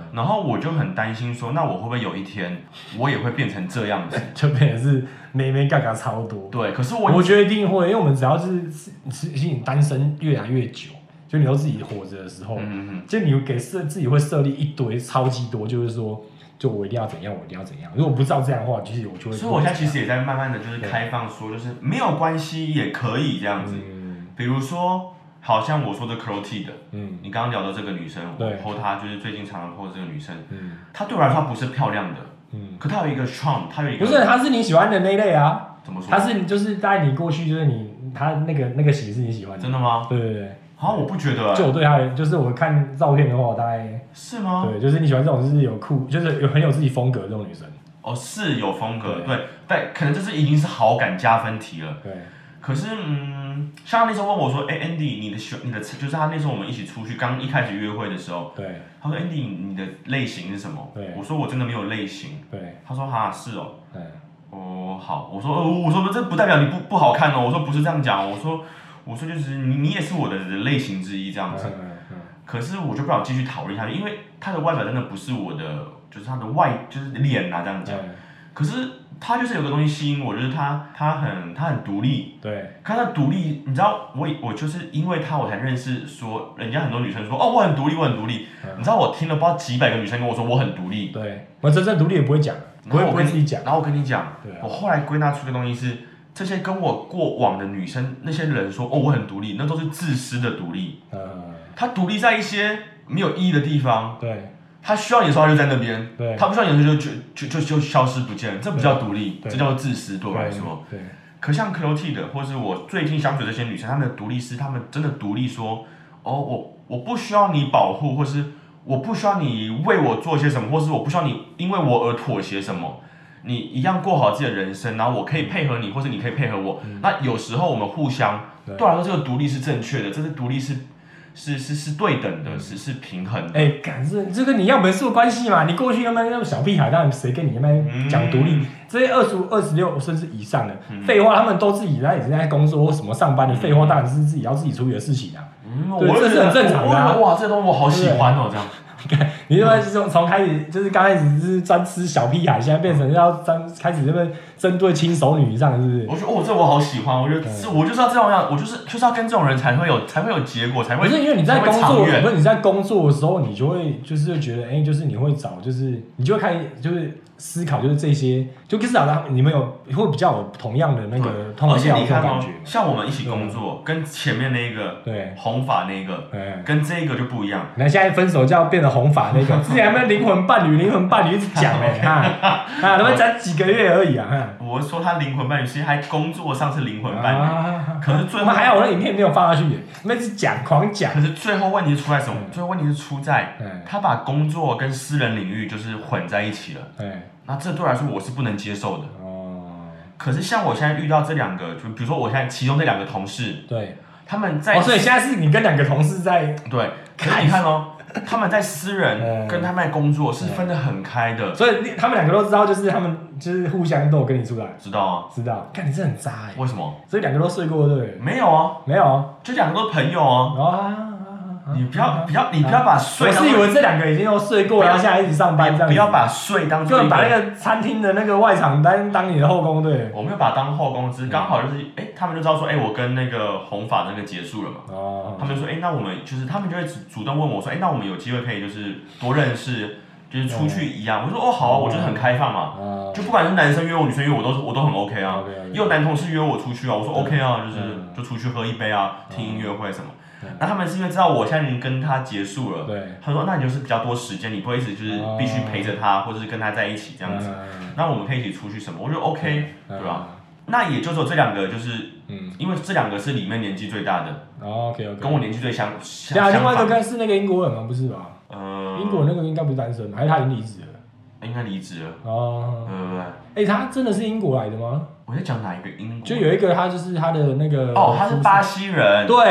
然后我就很担心说，那我会不会有一天我也会变成这样子？ 就变成是妹妹嘎嘎超多。 对，可是我我觉得一定会，因为我们只要是是是你单身越来越久，就你都自己活着的时候，嗯嗯就你给设自己会设立一堆超级多，就是说。就我一定要怎样，我一定要怎样。如果不照这样的话，其实我就会。 所以我现在其实也在慢慢的就是开放说，就是没有关系也可以这样子。嗯、比如说，好像我说的 Clotilde 的，嗯，你刚刚聊的这个女生，我 po 她就是最近常常 po 这个女生，嗯，她对我来说她不是漂亮的，嗯，可她有一个 charm， 她有一个。 不是，她是你喜欢的那一类啊。 怎么说？ 她是就是在你过去就是你她那个那个型是你喜欢的。 真的吗？ 对对对。 好，我不觉得、欸。 就我对他，就是我看照片的话，大概是吗？ 对，就是你喜欢这种，就是有酷，就是有很有自己风格的这种女生。 哦，是有风格，对，对，但可能这是已经是好感加分题了。 对。 可是，嗯，像他那时候问我说：“哎、欸、，Andy， 你的选，你的就是他那时候我们一起出去，刚一开始约会的时候， 对， 他说 Andy， 你的类型是什么？ 对， 我说我真的没有类型。 对， 他说哈是哦， 对， 哦好，我说呃我说这不代表你不不好看哦，我说不是这样讲，我说。我说就是你，你也是我的类型之一这样子，嗯嗯、可是我就不想继续讨论下去，因为他的外表真的不是我的，就是他的外就是脸啊这样讲。嗯、可是他就是有个东西吸引我，就是他他很他很独立。对。看他独立，你知道我我就是因为他我才认识说，人家很多女生说哦我很独立我很独立，嗯、你知道我听了不知道几百个女生跟我说我很独立。 对。我真正独立也不会讲，不会不会自己讲。 然后我跟你讲，对啊、我后来归纳出的东西是。这些跟我过往的女生，那些人说哦我很独立，那都是自私的独立。嗯，他独立在一些没有意义的地方。对，他需要你的时候他就在那边。对，他不需要你的时候就就就就消失不见了，这不叫独立，这叫做自私。对我来说，对。可像 Clotilde 或是我最近相处的这些女生，她们的独立是她们真的独立说，哦我我不需要你保护，或是我不需要你为我做些什么，或是我不需要你因为我而妥协什么。你一样过好自己的人生，然后我可以配合你，或是你可以配合我。嗯、那有时候我们互相，对我来说这个独立是正确的，这是独立是是是是对等的，是是平衡的。哎、 欸，感这这跟你要没什关系嘛？你过去他妈那种小屁孩，当然谁跟你他妈讲独立？嗯、这些二十五、二十六甚至以上的，嗯、废话，他们都自己在在工作或什么上班的，废话当然是自己要自己处理的事情啊。嗯，对，这是很正常的、啊。 哇，这东西我好喜欢哦，这样。 你是不是从从开始就是刚开始是专吃小屁孩，现在变成要专开始这边针对轻熟女上，是不是？ 我觉得哦，这我好喜欢，我觉得是我就是要这种样，我就是就是要跟这种人才会有才会有结果，才会。 不是因为你在工作，不是你在工作的时候，你就会就是会觉得，哎、欸，就是你会找，就是你就会开始就是思考，就是这些，就至少他你们有会比较有同样的那个同样的感觉。 像我们一起工作，跟前面那个对红发那个，跟这个就不一样。 那现在分手就要变成红发那个，之前还没有灵魂伴侣，灵魂伴侣一直讲哎、欸，啊啊，他们才几个月而已啊。 我说他灵魂伴侣，其实还工作上是灵魂伴侣，啊、可是最后我们还好，我那影片没有放下去，那一直讲狂讲。 可是最后问题出在什么？嗯、最后问题是出在、嗯、他把工作跟私人领域就是混在一起了。对，那这对我来说我是不能接受的。哦。可是像我现在遇到这两个，就比如说我现在其中这两个同事，对，他们在哦，所以现在是你跟两个同事在对，可是你看哦。他们在私人跟他们在工作是分得很开的， 所以他们两个都知道，就是他们就是互相都有跟你出来， 知道啊， 知道。看你这很渣哎、欸， 为什么？ 所以两个都睡过对不对？ 没有啊， 没有啊， 就两个都是朋友啊。啊你不要不要你不要把睡， 我是以为这两个已经都睡过，然后现在一起上班这样。 不要把睡当就把那个餐厅的那个外场当当你的后宫对。 我没有把它当后宫，只是刚好就是哎、欸，他们就知道说哎、欸，我跟那个红发那个结束了嘛。哦。他们就说哎、欸，那我们就是他们就会主动问我说哎、欸，那我们有机会可以就是多认识。就是出去一样，我说哦好啊，我就是很开放嘛，嗯、就不管是男生约我，女生约我，都是我都很 OK 啊。也有男同事约我出去啊，我说 OK 啊，就是、嗯、就出去喝一杯啊，听音乐会什么。嗯、那他们是因为知道我现在已经跟他结束了，对，他说那你就是比较多时间，你不会一直就是必须陪着他，或者是跟他在一起这样子。嗯、那我们可以一起出去什么？我觉得 OK，、嗯、对吧？那也就只有这两个，就是嗯，因为这两个是里面年纪最大的。 哦 OK OK， 跟我年纪最相相。 对啊，另外一个是那个英国人吗？不是吧？ 呃， 英国那个应该不是单身，还是他已经离职了？ 应该离职了。 哦， 对不对？ 哎，他真的是英国来的吗？ 我在讲哪一个英国？ 就有一个他就是他的那个哦，他是巴西人。 对，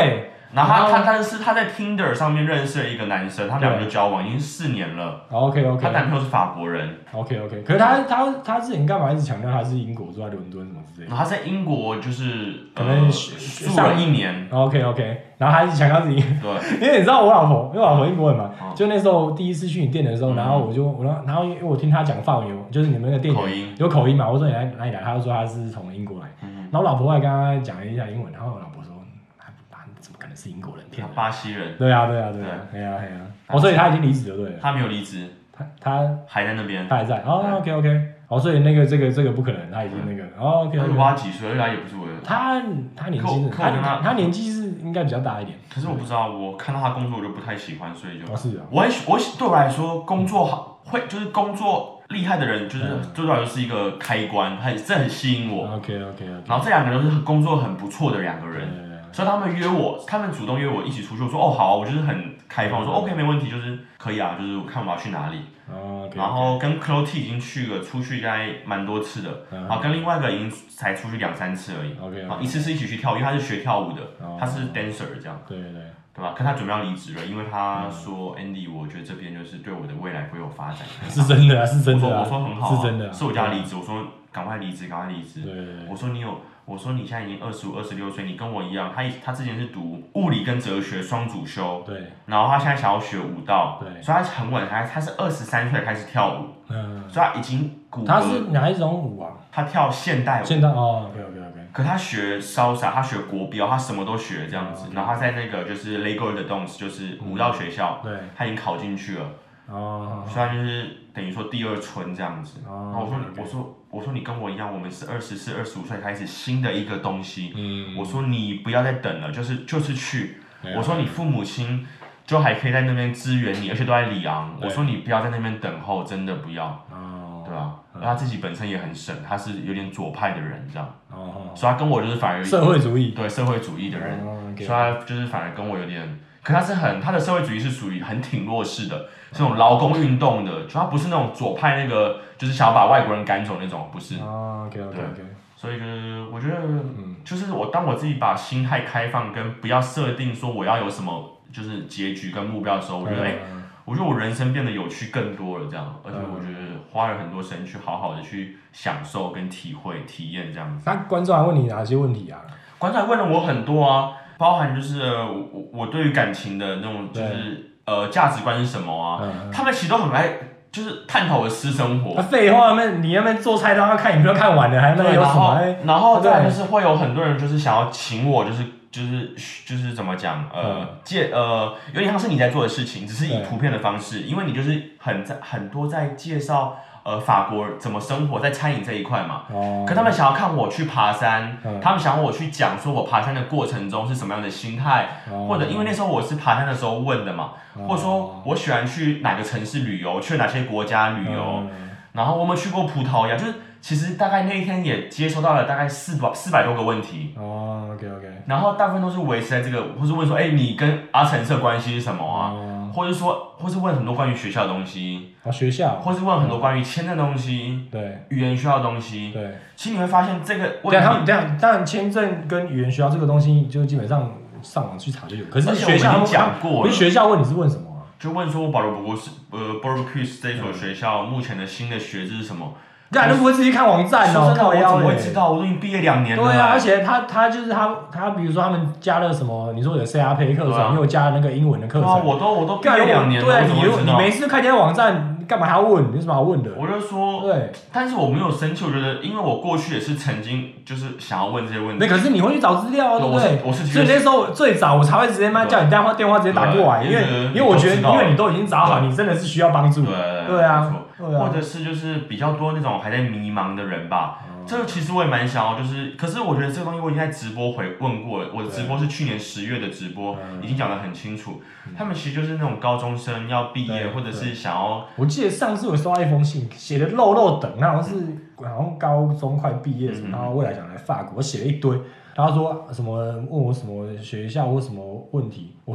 然后他他但是他在 Tinder 上面认识了一个男生，他们两个就交往已经四年了。 OK OK。 她男朋友是法国人。 OK OK。可是他他他之前干嘛一直强调他是英国住在伦敦什么之类的？ 他在英国就是可能住了一年。 OK OK。然后还一直强调自己。 对。 因为你知道我老婆，因为我老婆英国人嘛，就那时候第一次去你店的时候，然后我就我然后因为我听他讲法文，就是你们那个店口音有口音嘛，我说你来哪里来，他就说他是从英国来。然后我老婆还跟他讲了一下英文，然后我老婆说。怎么可能是英国人骗？ 巴西人。 对啊，对啊，对啊，对啊，对啊。哦，所以他已经离职了，对了。 他没有离职， 他他还在那边。 他还在。哦 ，OK OK。哦，所以那个这个这个不可能，他已经那个。哦 OK OK。 他几岁？他也不是我的。 他他年纪他他年纪是应该比较大一点。 可是我不知道，我看到他工作我就不太喜欢，所以就。 哦是啊。 我很我对我来说，工作好会就是工作厉害的人，就是对我来说是一个开关，很这很吸引我。 OK OK OK。 然后这两个人都是工作很不错的两个人。所以他们约我，他们主动约我一起出去。我说哦好，我就是很开放，我说 OK 没问题，就是可以啊，就是看我要去哪里。 哦。 然后跟 Cloti 已经去了，出去应该蛮多次的。然后跟另外一个已经才出去两三次而已。 OK。 一次是一起去跳，因为他是学跳舞的，他是 dancer 这样。 对对对。 对吧？可他准备要离职了，因为他说 Andy， 我觉得这边就是对我的未来不会有发展。 是真的啊，是真的啊。 我说很好， 是真的。 是我叫他离职，我说赶快离职，赶快离职。 对对对。 我说你有。我说你现在已经二十五、二十六岁，你跟我一样，他他之前是读物理跟哲学双主修， 对， 然后他现在想要学舞蹈， 对， 所以他很稳，他他是二十三岁开始跳舞，嗯，所以他已经骨骼。 他是哪一种舞啊？ 他跳现代舞。 现代哦 ，OK OK OK。 可他学salsa，他学国标，他什么都学这样子，然后他在那个就是 Lego 的 Dance，就是舞蹈学校， 对， 他已经考进去了。哦，所以他就是等于说第二春这样子。哦，然后我说我说我说你跟我一样，我们是二十四、二十五岁开始新的一个东西。嗯。我说你不要再等了，就是就是去。我说你父母亲就还可以在那边支援你，而且都在里昂。我说你不要在那边等候，真的不要。哦。对吧？他自己本身也很省，他是有点左派的人这样。哦。所以他跟我就是反而社会主义。 对社会主义的人，所以他就是反而跟我有点。可他是很，他的社会主义是属于很挺弱势的，是那种劳工运动的，就他不是那种左派那个，就是想要把外国人赶走那种，不是。 哦 ，OK OK OK。 所以就是我觉得，嗯，就是我当我自己把心态开放，跟不要设定说我要有什么就是结局跟目标的时候，我觉得哎、欸，我觉得我人生变得有趣更多了这样，而且我觉得花了很多时间去好好的去享受跟体会体验这样子。 那观众还问你哪些问题啊？ 观众还问了我很多啊。包含就是我我对于感情的那种就是呃价值观是什么啊？嗯、他们其实都很爱就是探讨我的私生活。 废话，那你那边做菜都要看影片看完了，还那有什么？ 然后再来就是会有很多人就是想要请我，就是就是就是怎么讲呃介呃有点像是你在做的事情，只是以图片的方式，因为你就是很在很多在介绍。呃，法国怎么生活在餐饮这一块嘛？哦。可他们想要看我去爬山，嗯、他们想要我去讲说我爬山的过程中是什么样的心态，哦、或者因为那时候我是爬山的时候问的嘛，哦、或者说我喜欢去哪个城市旅游，去哪些国家旅游，嗯、然后我们去过葡萄牙，就是其实大概那一天也接收到了大概四百四百多个问题。 哦 ，OK OK。 然后大部分都是维持在这个，或是问说，哎、欸，你跟阿成社关系是什么啊？哦或者说，或是问很多关于学校的东西， 哦，学校， 或是问很多关于签证的东西， 对， 语言学校的东西， 对。 其实你会发现这个问题， 对，他们这样，当然签证跟语言学校这个东西，就基本上上网去查就有。可是学校讲过， 不是学校问你是问什么啊？ 就问说保罗博士呃 Bordeaux 这所学校目前的新的学制是什么？ 干都不会自己看网站哦， 真的，我怎么会知道？我都已经毕业两年了。 对啊，而且他他就是他他，比如说他们加了什么，你说有 C R P 课程，又加了那个英文的课程。 啊，我都我都毕业两年了， 对啊， 你你每次看这些网站，你干嘛还要问？有什么好问的？ 我就说，对，但是我没有生气，我觉得，因为我过去也是曾经就是想要问这些问题。 那可是你会去找资料啊，对不对？ 我是， 所以那时候最早我才会直接妈叫你电话电话直接打过来，因为因为我觉得，因为你都已经找好，你真的是需要帮助。 对对啊。 或者是就是比较多那种还在迷茫的人吧，嗯、这个其实我也蛮想要，就是可是我觉得这个东西我已经在直播回问过了，我的直播是去年十月的直播，已经讲得很清楚，嗯、他们其实就是那种高中生要毕业或者是想要， 我记得上次我收到一封信，写的漏漏等，好像是好像高中快毕业什么，嗯、然后未来想来法国，我写了一堆。然后说什么问我什么学校或什么问题，我说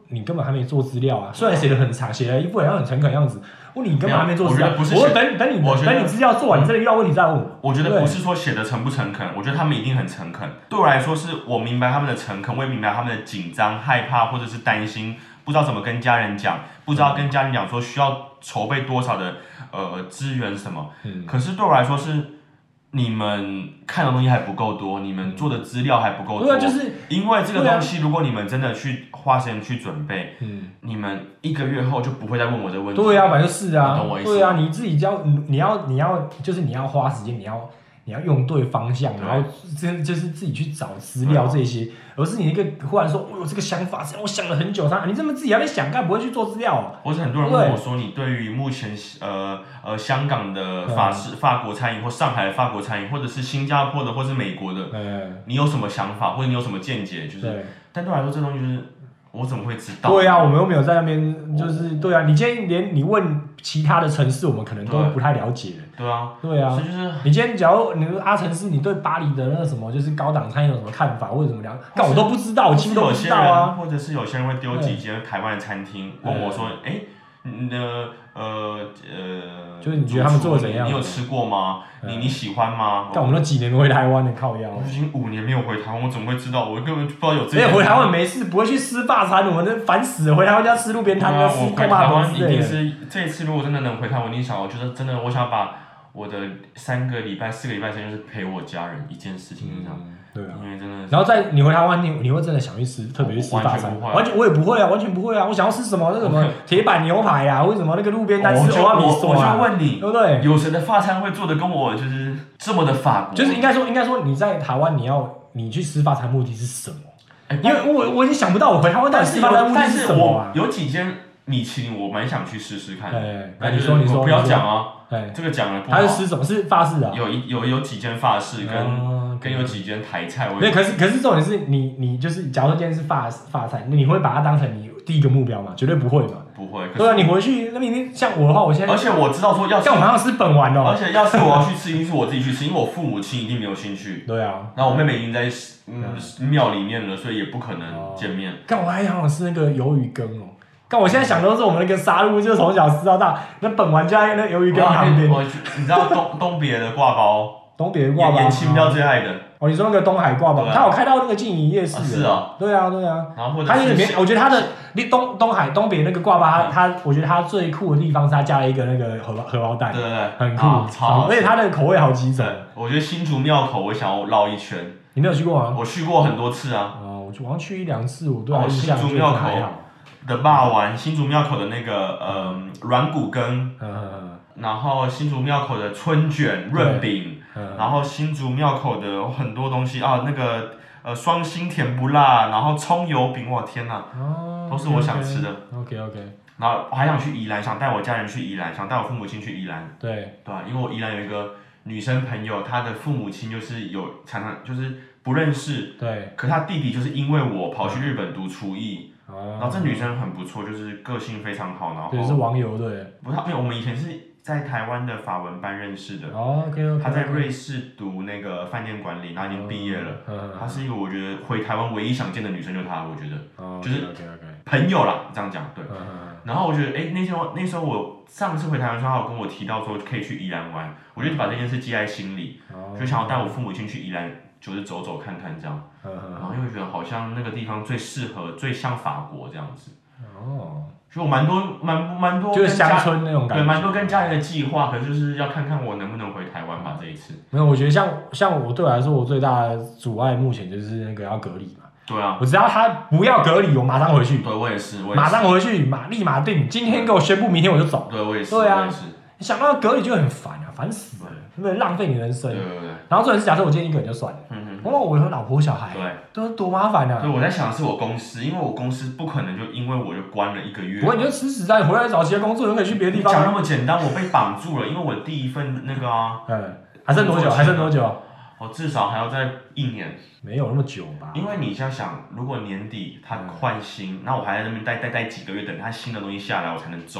你根本还没做资料啊，虽然写的很长，写了一副好像很诚恳的样子，我你根本还没做资料，我说等等你等你资料做完，你真的遇到问题再问我。 我觉得不是说写的诚不诚恳，我觉得他们一定很诚恳。对我来说，是我明白他们的诚恳，我也明白他们的紧张、害怕或者是担心，不知道怎么跟家人讲，不知道跟家人讲说需要筹备多少的呃资源什么。嗯。可是对我来说是。你们看的东西还不够多，你们做的资料还不够多， 对啊，就是因为这个东西，如果你们真的去花时间去准备，嗯，你们一个月后就不会再问我这个问题。 对啊，反正就是啊， 懂我意思？ 对啊，你自己要，你要，你要，就是你要花时间，你要。你要用对方向，然后真就是自己去找资料这些，而是你一个忽然说，哦，有这个想法，我想了很久，他你这么自己还没想，干不会去做资料、啊。 或是很多人问我说，你对于目前呃呃香港的法式法国餐饮，或上海的法国餐饮，或者是新加坡的，或是美国的，你有什么想法，或者你有什么见解？就是，但对我来说，这东西就是。我怎么会知道？ 对啊，我们又没有在那边，就是对啊。你今天连你问其他的城市，我们可能都不太了解了。 对啊， 对啊。 所以就是， 你今天假如你阿成是，你对巴黎的那个什么，就是高档餐饮有什么看法，或者怎么聊？但我都不知道，我几乎都不知道啊。 或者是有些人会丢几间台湾的餐厅，问我说：“哎，你的呃呃， 就是你觉得他们做的怎样？ 你有吃过吗？你你喜欢吗？” 但我们都几年没回台湾的靠腰， 我已经五年没有回台湾，我怎么会知道？我根本不知道有这。 哎，回台湾没事，不会去吃法餐，我们烦死了。回台湾就要吃路边摊，要吃回台湾一定是这一次，如果真的能回台湾，我一定想，我觉得真的，我想把我的三个礼拜、四个礼拜时间，就是陪我家人一件事情这样。 对啊， 因为真的。 然后在你回台湾，你你会真的想去吃，特别是吃法餐，完全我也不会啊，完全不会啊。我想要吃什么，那什么铁板牛排啊，或者什么那个路边摊吃欧阿米索啊。 我就问你， 对不对？ 有谁的法餐会做的跟我就是这么的法国？ 就是应该说，应该说你在台湾，你要你去吃法餐目的是什么？因为我我已经想不到我回台湾到底吃法餐目的是什么啊？ 有几间米其林，我蛮想去试试看。 哎，你说你说不要讲啊。哎，这个讲了不好。 他是吃什么？是法式啊？ 有一有有几间法式跟。跟有几间台菜， 对，可是可是重点是你你就是，假如说今天是法法菜，你会把它当成你第一个目标吗？绝对不会嘛。 不会。 对啊，你回去那明明像我的话，我现在而且我知道说要像我好像吃本丸哦。 而且要是我要去吃，一定是我自己去吃，因为我父母亲一定没有兴趣。 对啊。 然后我妹妹已经在嗯庙里面了，所以也不可能见面。 但我还好想吃那个鱿鱼羹哦。但我现在想都是我们那个沙鹿，就是从小吃到大，那本丸就在那鱿鱼羹旁边。 你知道东东别的挂包？ 东别的挂包。 延庆庙最爱的。 哦，你说那个东海挂包，他有开到那个静宜夜市。 是啊。 对啊，对啊。 然后或者它里面，我觉得它的东东海东别那个挂包，它它，我觉得它最酷的地方是它加了一个那个荷荷包蛋。 对对对。 很酷，超。而且它的口味好几种。 我觉得新竹庙口，我想要绕一圈。 你没有去过吗？ 我去过很多次啊。 哦，我好像去一两次，我对它印象新竹庙口的霸丸，新竹庙口的那个呃软骨羹，然后新竹庙口的春卷润饼。然后新竹庙口的很多东西啊，那个呃双星甜不辣，然后葱油饼，哇天哪，哦、都是我想吃的。 OK OK。 然后我还想去宜兰，想带我家人去宜兰，想带我父母亲去宜兰。 对。对吧、啊？因为我宜兰有一个女生朋友，她的父母亲就是有常常就是不认识。 对。 可她弟弟就是因为我跑去日本读厨艺。哦。然后这女生很不错，就是个性非常好，然后。 对，是网友对。 不是，因为我们以前是。在台湾的法文班认识的， 哦 OK OK， 他在瑞士读那个饭店管理，然后已经毕业了。她是一个我觉得回台湾唯一想见的女生，就是她，我觉得，就是朋友啦，这样讲对。然后我觉得，哎，那时候那时候我上次回台湾的时候，他有跟我提到说可以去宜兰玩，我就把这件事记在心里，就想要带我父母亲去宜兰，就是走走看看这样。然后因为觉得好像那个地方最适合，最像法国这样子。哦。就我蛮多蛮蛮多， 就是乡村那种感觉， 对，蛮多跟家人的计划，可是就是要看看我能不能回台湾吧这一次。 没有，我觉得像像我对我来说，我最大的阻碍目前就是那个要隔离嘛。 对啊。 我只要他不要隔离，我马上回去。 对，我也是，我也是。 马上回去，马立马定，今天给我宣布，明天我就走。 对，我也是。 对啊。 我也是。 想到隔离就很烦啊，烦死了，对不对？浪费你人生。 对对对。 然后重点是，假设我今天一个人就算了，嗯嗯，我我有老婆小孩， 对， 都多麻烦啊。 对，我在想的是我公司，因为我公司不可能就因为我就关了一个月。 不会，你就吃死在，回来找其他工作，就可以去别的地方。 讲那么简单，我被绑住了，因为我第一份那个啊， 嗯，还剩多久？还剩多久？ 我至少还要再一年。 没有那么久吧？ 因为你想想，如果年底他换新，那我还在那边待待待几个月，等他新的东西下来，我才能走。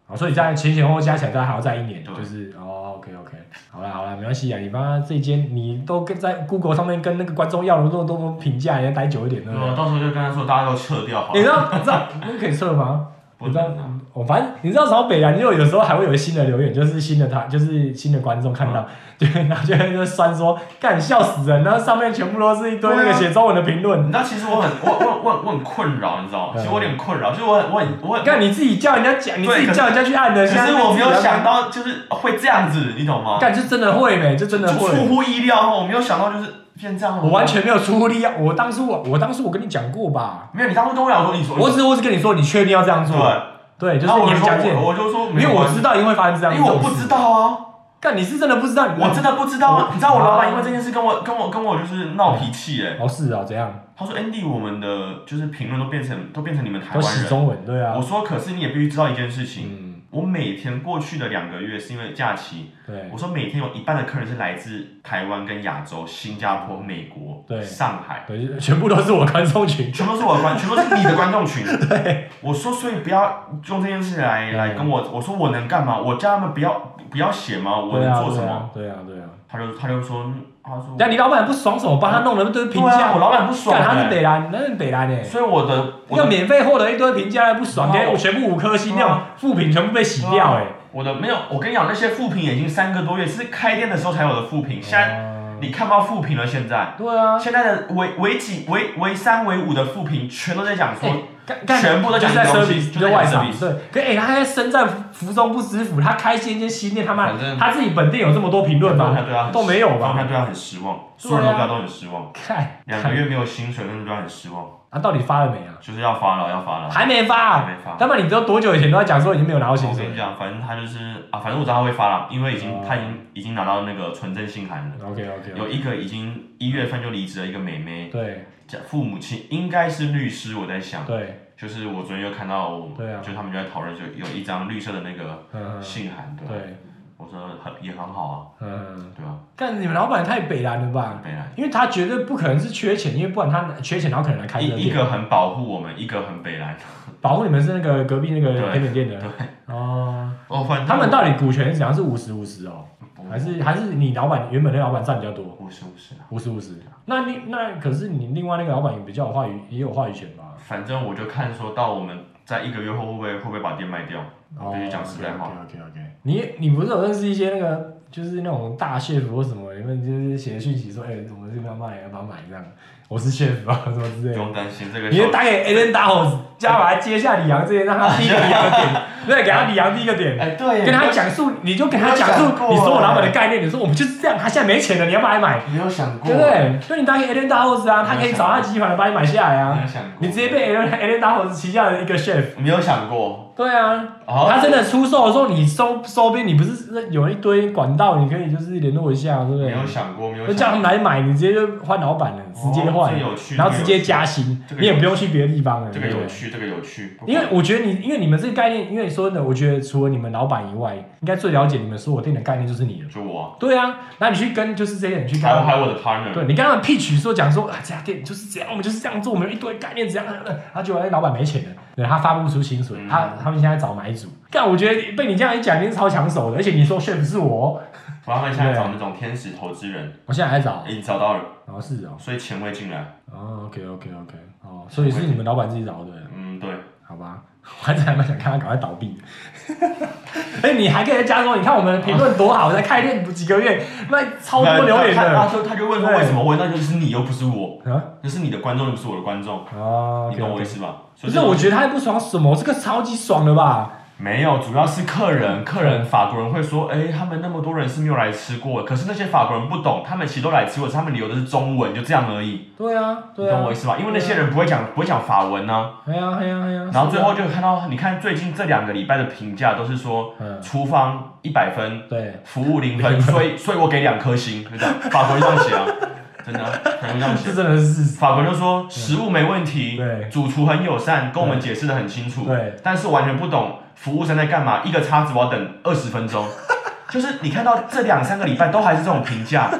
好，所以这样前前后后加起来大概还要再一年，就是哦 ，OK OK， 好啦好啦，没关系啊，你帮他这间你都跟在 Google 上面跟那个观众要了多多评价，你要待久一点，对不对？ 到时候就跟他说大家都撤掉好了。 你知道你知道那可以撤吗？我知道，我反正你知道，从北兰就有时候还会有新的留言，就是新的他，就是新的观众看到，对，然后就会酸说，干笑死人，然后上面全部都是一堆那个写中文的评论。 你知道，其实我很我我我我很困扰，你知道吗？其实我有点困扰，就是我很我很我很。 干你自己叫人家讲，你自己叫人家去按的， 可是我没有想到就是会这样子，你懂吗？ 干就真的会没，就真的会。 出乎意料哦，我没有想到就是。变这样， 我完全没有出乎意料。我当初我我当初我跟你讲过吧？ 没有，你当初跟我讲说你说， 我只我只跟你说，你确定要这样做？对，对，就是你讲这， 我就说， 因为我知道一定会发生这样， 因为我不知道啊。 干，你是真的不知道？ 我真的不知道啊！你知道我老板因为这件事跟我跟我跟我就是闹脾气哎。 哦，是啊，怎样？ 他说 Andy， 我们的就是评论都变成都变成你们台湾人， 都写中文，对啊。 我说，可是你也必须知道一件事情。我每天过去的两个月是因为假期， 对， 我说每天有一半的客人是来自台湾跟亚洲、新加坡、美国、 对， 上海， 对，全部都是我的观众群， 全都是我的观，全都是你的观众群。 对， 我说，所以不要用这件事来来跟我，我说我能干嘛？我叫他们不要不要写吗？我能做什么？ 对啊，对啊。 他就他就说，他说， 但你老板不爽什么？帮他弄了一堆评价， 我老板不爽， 他是北兰，那是北兰诶。 所以我的要免费获得一堆评价，不爽，给我全部五颗星那种负评全部被洗掉诶。 我的没有，我跟你讲，那些负评已经三个多月，是开店的时候才有的负评，现在你看不到负评了。现在， 对啊， 现在的为为几为为三为五的负评，全都在讲说，全部都讲在 service， 就在外场。对，可哎，他在身在福中不知福，他开一间新店，他妈他自己本店有这么多评论吗？都没有吧？ 他对他很失望，所有人对他都很失望。 看， 两个月没有薪水，真的对他很失望。 啊，到底发了没啊？ 就是要发了，要发了。 还没发， 还没发。 他妈，你知道多久以前都在讲说已经没有拿到薪水？ 我跟你讲，反正他就是啊，反正我知道他会发了，因为已经、哦、他已经已经拿到那个纯正信函了。 OK OK。 有一个已经一月份就离职的一个妹妹， 对， 父母亲应该是律师，我在想。 对。 就是我昨天又看到， 对啊， 就他们就在讨论，就有一张绿色的那个信函，对。对我说很也很好啊，嗯，对啊。 但你们老板太北蓝了吧？ 北蓝， 因为他绝对不可能是缺钱，因为不然他缺钱，然后可能来开这个店。 一个很保护我们，一个很北蓝。 保护你们是那个隔壁那个甜点店的。 对。 哦。 哦，反正他们到底股权是怎样？是五十五十哦，还是还是你老板原本的老板占比较多？ 五十五十。 五十五十。那你那可是你另外那个老板也比较有话语，也有话语权吧？ 反正我就看说到我们在一个月后会不会会不会把店卖掉。我必须讲实在话。 OK OK OK。你你不是有认识一些那个就是那种大 chef 或什么，你们就是写讯息说，哎、欸，我们这边要卖，要不要买这样？我是 chef 啊，什么之类的。 不用担心这个。 你就打给 Alan Dawes， 叫他把他接下李阳这边，让他第一个李阳的点，对，给他李阳第一个点。哎、欸，对。跟他讲述，你就跟他讲述你说我老板的概念，你说我们就是这样，他现在没钱了，你要不要来买？ 没有想过。 对不对？所以你打给 Alan Dawes 啊，他可以找他集团来帮你买下来啊。 没有想过。 你直接被 Alan Alan Dawes 旗下的一个 chef。 没有想过。 对啊，哦、他真的出售的时候，你收收编，你不是有一堆管道，你可以就是联络一下，对不对？ 没有想过，没有想过。 就叫他们来买，你直接就换老板了，直接换， 哦、 然后直接加薪，这个、你也不用去别的地方了。 这个有趣，这个有趣。 因为我觉得你，因为你们这个概念，因为说真的，我觉得除了你们老板以外，应该最了解你们所有店的概念就是你了。 就我、啊。 对啊，然后你去跟就是这些人去跟， 还有还有我的 partner。 对，你跟他们 pitch 说讲说啊，这家店就是这样，我们就是这样做，我们有一堆概念怎样，然后结果那老板没钱了，对他发不出薪水，嗯、他他们现在找买主。干，我觉得被你这样一讲，你是超抢手的，而且你说 chef 是我。 我他们现在找那种天使投资人。 我现在还找。 已经找到了。 哦，是哦。 所以钱会进来。 哦 ，OK OK OK， 哦，所以是你们老板自己找的。 嗯，对。 好吧，我还真还蛮想看他赶快倒闭。哎、欸，你还可以在加说，你看我们评论多好，才开店几个月，那超多留言的。 他就他就问说为什么我，那就是你又不是我，啊，那是你的观众又不是我的观众。哦，你懂我意思吧？ 可是我觉得他不爽什么，这个超级爽的吧？ 没有，主要是客人，客人法国人会说，哎、欸，他们那么多人是没有来吃过的，可是那些法国人不懂，他们其实都来吃过，他们留的是中文，就这样而已。 对啊，对啊， 你懂我意思吧？因为那些人不会讲，不会讲法文呢、啊。 哎呀，哎呀，哎呀。 然后最后就看到，你看最近这两个礼拜的评价都是说，嗯，厨房一百分， 对， 服务零分，所以所以我给两颗星，就这样，法国人这样写啊。真的、啊，法国这样写， 这真的是法国人就说食物没问题， 对， 主厨很友善，跟我们解释的很清楚， 对， 但是完全不懂服务生在干嘛，一个叉子我要等二十分钟，就是你看到这两三个礼拜都还是这种评价，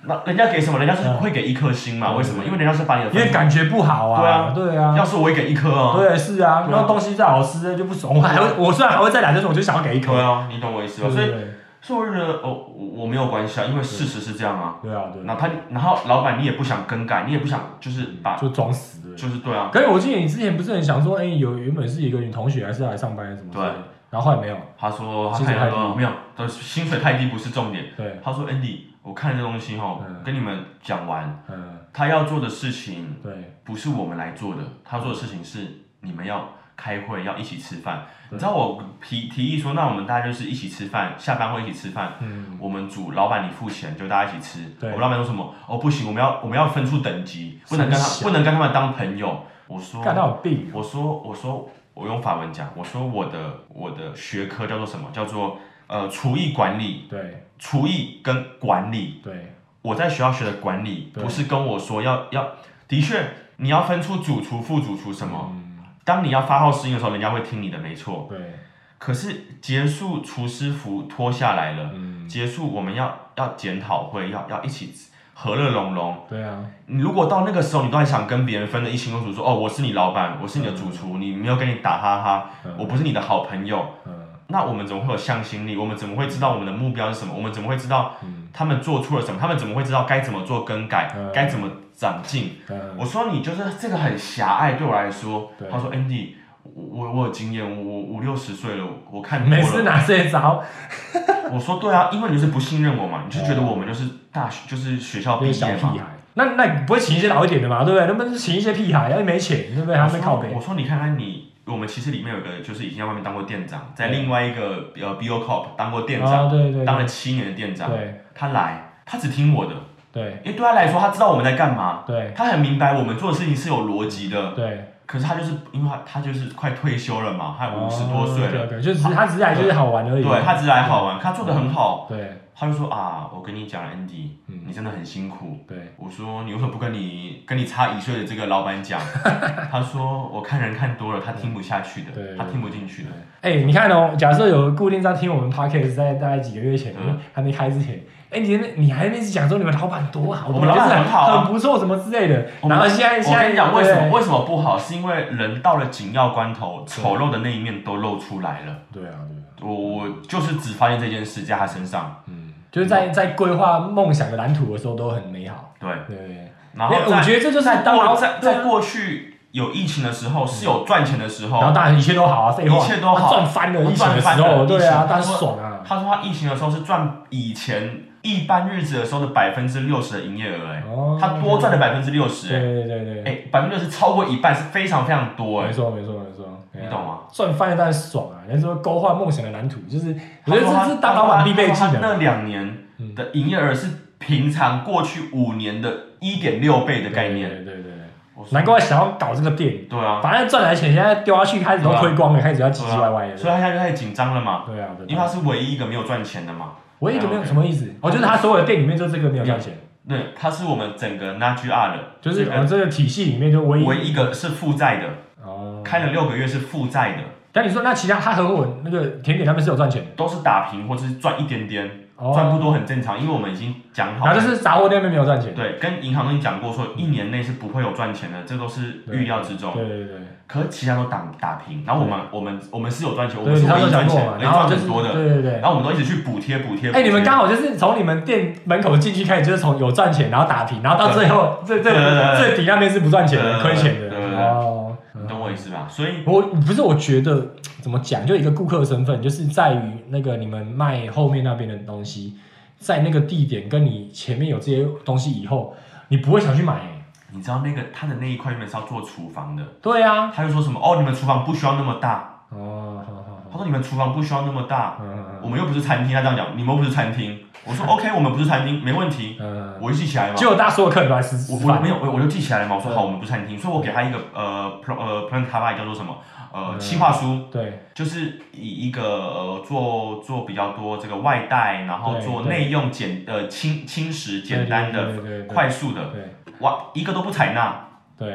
那人家给什么？人家是会给一颗星嘛？为什么？因为人家是把你的， 因为感觉不好啊。 对啊， 对啊。 要是我也给一颗啊。 对，是啊。然后东西再好吃就不爽，我还会，我虽然还会再来，但是我就想要给一颗。 对啊，你懂我意思吧？所以，所以我觉得哦，我没有关系啊，因为事实是这样啊。 对啊，对。 那他，然后老板你也不想更改，你也不想就是把就装死， 就是对啊。 可是我记得你之前不是很想说，哎，有原本是一个女同学还是要来上班什么？ 对。 然后后来没有。 他说他看到没有，的薪水太低不是重点。 对。 他说 Andy， 我看这东西哈，跟你们讲完， 嗯， 他要做的事情， 对， 不是我们来做的，他做的事情是你们要开会，要一起吃饭。你知道我提提议说，那我们大家就是一起吃饭，下班后一起吃饭，嗯，我们煮，老板你付钱，就大家一起吃。我们老板说什么？哦，不行，我们要我们要分出等级，不能跟他不能跟他们当朋友。我说， 干到有病。 我说我说我用法文讲，我说我的我的学科叫做什么？叫做呃厨艺管理。 对， 厨艺跟管理。 对， 我在学校学的管理，不是跟我说要要，的确你要分出主厨、副主厨什么。嗯，当你要发号施令的时候，人家会听你的，没错。 对。 可是结束厨师服脱下来了，嗯，结束我们要要检讨会，要要一起和乐融融。 对啊。 你如果到那个时候，你都还想跟别人分得一清二楚，说哦，我是你老板，我是你的主厨，嗯，你没有跟你打哈哈，嗯，我不是你的好朋友。嗯，那我们怎么会有向心力？我们怎么会知道我们的目标是什么？我们怎么会知道他们做错了什么？他们怎么会知道该怎么做更改？嗯，该怎么长进？嗯，我说你就是这个很狭隘，对我来说。他说 Andy。我我有经验，我五六十岁了，我看多了。 没事拿这招。 我说对啊，因为你就是不信任我嘛，你就觉得我们就是大学就是学校毕业嘛。 那那你不会请一些老一点的嘛，对不对？能不能请一些屁孩？要没钱，对不对？还没靠背。 我说你看看你，我们其实里面有个就是以前在外面当过店长，在另外一个呃 B O Corp 当过店长， 对对， 当了七年的店长。 对。 他来，他只听我的。 对。 因为对他来说，他知道我们在干嘛。 对。 他很明白我们做的事情是有逻辑的。 对。 可是他就是因为他他就是快退休了嘛，他五十多岁了， 对，就是他只是来就是好玩而已。 对，他只是来好玩，他做得很好。 对， 他就说啊，我跟你讲 ，Andy，你真的很辛苦。对，我说你为什么不跟你跟你差一岁的这个老板讲？他说我看人看多了，他听不下去的，他听不进去的。 哎，你看哦，假设有固定在听我们 podcast， 在大概几个月前，还没开之前。哎，你你还一直讲说你们老板多好， 我们老板很好啊， 很不错什么之类的。然后现在现在， 我跟你讲为什么为什么不好，是因为人到了紧要关头，丑陋的那一面都露出来了。 对啊，对啊。 我我就是只发现这件事在他身上， 嗯，就是在在规划梦想的蓝图的时候都很美好。 对对。 然后我觉得这就是当在在过去有疫情的时候是有赚钱的时候， 然后当然一切都好啊，废话， 一切都好， 赚翻了。疫情的时候，对啊，当然爽啊。 他说他疫情的时候是赚以前一般日子的时候的百分之六十的营业额，哎，他多赚了百分之六十，哎， 对对对， 哎，百分之六十超过一半是非常非常多，哎， 没错没错没错， 你懂吗？ 赚翻了当然爽啊，人家说勾画梦想的蓝图，就是我觉得这是当老板必备技能。 那两年的营业额是平常过去五年的一点六倍的概念， 对对对。难怪想要搞这个店， 对啊， 反正赚来的钱现在丢下去，开始都亏光了，开始要唧唧歪歪的， 所以他现在就开始紧张了嘛。 对啊， 因为他是唯一一个没有赚钱的嘛。 唯一一个没有什么意思？我觉得他所有的店里面就这个没有赚钱。 对，他是我们整个 N A G R 的， 就是我们这个体系里面就唯一唯一一个是负债的。哦。开了六个月是负债的。 但你说那其他他合伙那个甜点他们是有赚钱， 都是打平或者是赚一点点。赚不多很正常，因为我们已经讲好。 然后就是杂货店那边没有赚钱。 对，跟银行都已经讲过，说一年内是不会有赚钱的，这都是预料之中。 对对对。 可是其他都打打平，然后我们我们我们是有赚钱，我们是唯一赚钱， 然后赚很多的。 对对对。 然后我们都一直去补贴补贴。 哎，你们刚好就是从你们店门口进去开始，就是从有赚钱，然后打平，然后到最后最最最底那边是不赚钱的，亏钱的。哦。 你懂我意思吧？所以我不是我觉得怎么讲，就一个顾客身份，就是在于那个你们卖后面那边的东西。在那个地点跟你前面有这些东西以后，你不会想去买、欸。 你知道那个他的那一块原本是要做厨房的。 对啊。 他就说什么哦，你们厨房不需要那么大。 哦，好好好。 他说你们厨房不需要那么大。 嗯嗯。 我们又不是餐厅，他这样讲，你们又不是餐厅。我说 OK， 我们不是餐厅，没问题。嗯。我就记起来嘛。 结果大家所有客人都来吃。 我我没有，我我就记起来了嘛。我说好，我们不是餐厅，所以我给他一个呃 plan 呃 plan travail 叫做什么？呃，企划书， 对， 就是以一个呃做做比较多这个外带，然后做内用简呃轻轻食简单的快速的，哇，一个都不采纳， 对，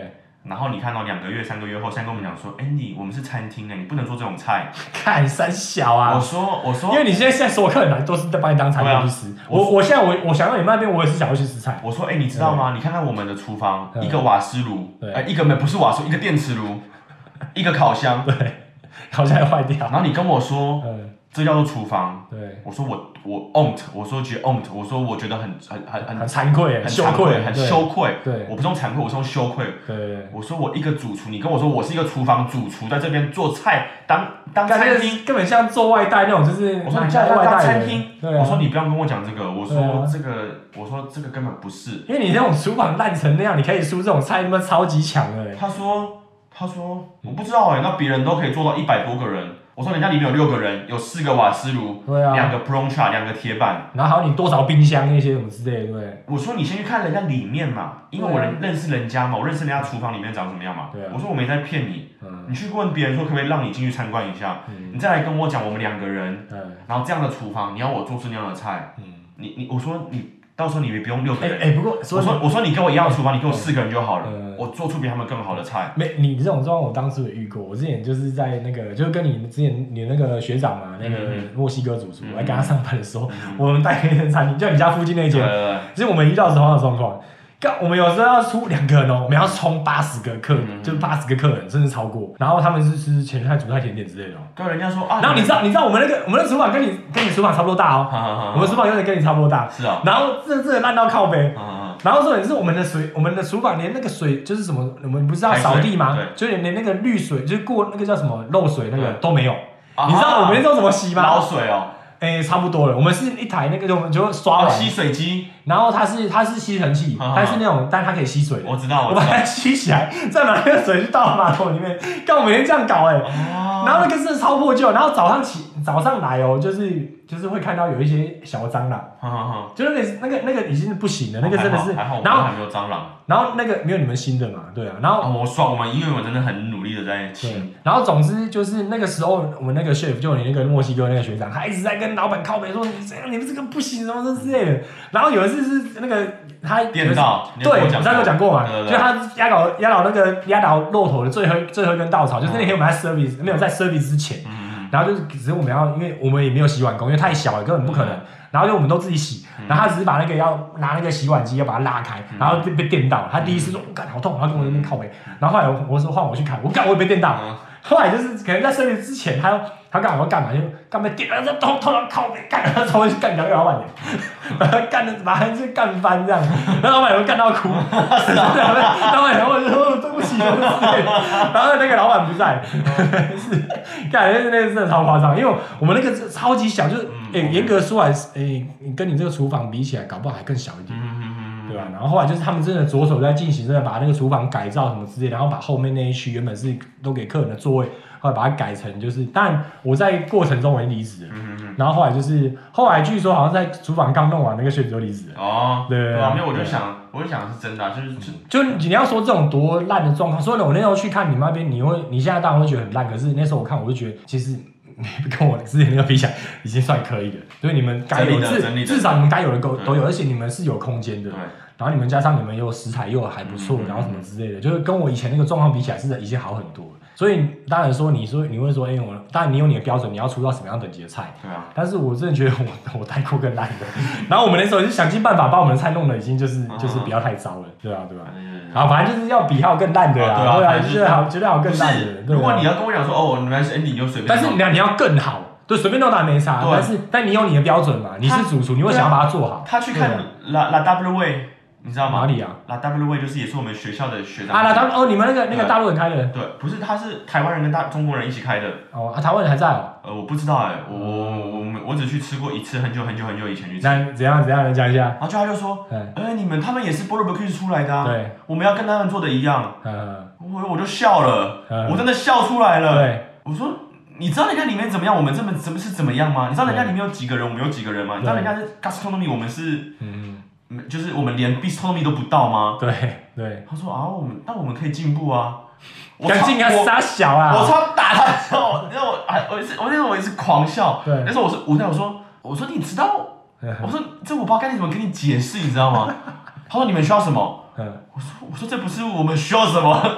然后你看到两个月、三个月后，现在跟我们讲说，哎，你我们是餐厅哎，你不能做这种菜。 看三小啊！ 我说我说， 因为你现在现在所有客人来都是在把你当餐厅去吃。我我现在我我想到你们那边，我也是想要去吃菜。 我说，哎，你知道吗？你看看我们的厨房，一个瓦斯炉，哎，一个没不是瓦斯，一个电磁炉，一个烤箱， 对，烤箱也坏掉。 然后你跟我说， 嗯， 这叫做厨房。 对， 我说我我 owned， 我说觉得 owned， 我说我觉得很很很很很惭愧， 很惭愧，很羞愧。 对， 我不是用惭愧，我是用羞愧。 对， 我说我一个主厨，你跟我说我是一个厨房主厨，在这边做菜，当当餐厅， 根本像做外带那种，就是我说你在外带餐厅， 我说你不要跟我讲这个，我说这个，我说这个根本不是， 因为你那种厨房烂成那样，你可以出这种菜，他妈超级强的。 他说他说我不知道哎，那别人都可以做到一百多个人。我说人家里面有六个人，有四个瓦斯炉， 对啊， 两个 Proncha， 两个铁板， 然后还有你多少冰箱那些什么之类的，对不对？ 我说你先去看人家里面嘛，因为我认认识人家嘛，我认识人家厨房里面长什么样嘛。 对啊。 我说我没在骗你，嗯、你去问别人说可不可以让你进去参观一下，嗯、你再来跟我讲我们两个人，嗯、然后这样的厨房你要我做出那样的菜，嗯、你你我说你。到时候你也不用六个人。 哎、欸欸、不过我说我说你跟我一样的厨房，你给我四个人就好了，嗯、我做出比他们更好的菜。 没，你这种状况我当时也遇过。我之前就是在那个，就是跟你之前你那个学长嘛，那个墨西哥主厨，来、嗯、跟他上班的时候，嗯、我们带那间餐厅，就你家附近那间。其实我们遇到同样的状况。我们有时候要出两个人哦，我们要冲八十个客人，嗯、就是八十个客人，甚至超过。然后他们是吃前菜、主菜、甜点之类的、哦。 对，人家说啊。 然后你知道，你知道我们那个我们那个厨房跟你跟你厨房差不多大哦。 好好好我们厨房有点跟你差不多大。 是啊、哦。 然后这这烂到靠背。然后重点是我们的水，我们的厨房连那个水就是什么，我们不是要扫地吗？就连连那个滤水，就是过那个叫什么漏水那个都没有。啊、你知道我们那时候怎么洗吗？ 捞水哦。 哎、欸，差不多了。我们是一台那个，我们就刷完吸水机， 然后它是它是吸尘器，它是那种，但它可以吸水的。 我知道， 我把它吸起来，再拿那个水去倒马桶里面。干我每天这样搞哎、欸，哦、然后那个是超破旧，然后早上起早上来哦，就是就是会看到有一些小蟑螂， 呵呵呵就那个那个那个已经不行了，那个真的是， 还好， 然后还没有蟑螂， 然后那个没有你们新的嘛，对啊，然后、 哦、我爽，我们因为我真的很努力的在清， 然后总之就是那个时候我们那个 chef 就你那个墨西哥那个学长，他一直在跟老板靠北说你这样你们这个不行什么什么之类的，然后有一次是那个他电到， 对，我上次有讲过嘛， 对对对就他压倒压倒那个压倒骆驼的最后最后一根稻草，就是那天我们在 service、嗯、没有在 service 之前。嗯然后就是，只是我们要，因为我们也没有洗碗工，因为太小了，根本不可能。嗯、然后就我们都自己洗，嗯、然后他只是把那个要拿那个洗碗机要把它拉开，嗯、然后就被电到。他第一次说：“我、嗯、干好痛！”然后跟我那边靠北。然后后来我我說換我去看，我幹我也被電到。嗯、後來就是可能在生日之前，他他幹嘛要幹嘛就幹被電，然後痛痛到靠北幹，然後衝過去幹掉老闆娘，然後幹的把他就幹翻這樣，然後老闆娘幹到哭，老闆娘我就說對不起對不起，然後那個老闆不在，是幹那那真的超誇張，因為我們那個超級小，就是誒嚴格說來，誒跟你這個廚房比起來，搞不好還更小一點。對吧？然後後來就是他們真的着手在進行，真的把那個廚房改造什麼之類，然後把後面那一區原本是都給客人的座位，後來把它改成就是，當然我在過程中我已經離職了，嗯嗯然後後來就是後來據說好像在廚房剛弄完那個 chef 就離職了。哦，對對啊， 因為我就想，我就想是真的、啊，就是就就你要說這種多爛的狀況，所以呢，我那時候去看你們那邊，你會你現在當然會覺得很爛，可是那時候我看我就覺得其實。跟我之前那個比起來，已經算可以的。所以你們該有至至少你們該有的都都有，而且你們是有空間的。然後你們加上你們又食材又還不錯，嗯、然後什麼之類的，就是跟我以前那個狀況比起來是已經好很多了。所以當然說你說你會說，哎、欸，我當然你有你的標準，你要出到什麼樣等級的菜。對啊。但是我真的覺得我我帶過更爛的。然後我們那時候就想盡辦法把我們的菜弄得已經就是就是不要太糟了，對啊對啊。然後反正就是要比還有更爛的啦，對啊，絕對好絕對好更爛的。 如果你要跟我講說哦，原來是 Andy 就隨便。 但是你你要更好。對，隨便弄當然沒差，但是但你有你的標準嘛，你是主廚，你會想要把它做好。 他去看 La La W Way， 你知道嗎？ 哪裡啊 ？La W Way 就是也是我們學校的學長。 啊 ，La W 哦，你們那個那個大陸人開的？ 對，不是，他是台灣人跟大中國人一起開的。 哦，啊，台灣人還在哦？ 呃，我不知道哎，我我我只去吃過一次，很久很久很久以前去吃。 那怎樣怎樣？你講一下。 然後就他就說，哎，你們他們也是 barbecue 出來的啊， 對， 我們要跟他們做的一樣。 嗯。 我我就笑了，我真的笑出來了。 對， 我說。你知道人家裡面怎麼樣？我們這麼怎麼是怎麼樣嗎？你知道人家裡面有幾個人？我們有幾個人嗎？你知道人家是 gastronomy， 我們是，嗯，就是我們連 bistronomy 都不到嗎？ 對對。 他說啊，我們那我們可以進步啊。 趕進啊，傻小啊！ 我超打他的時候，然後我還我是我那時候我也是狂笑。對。那時候我是我那我說我說你知道？我說這我不知道該怎麼跟你解釋，你知道嗎？他說你們需要什麼？嗯。我說我說這不是我們需要什麼。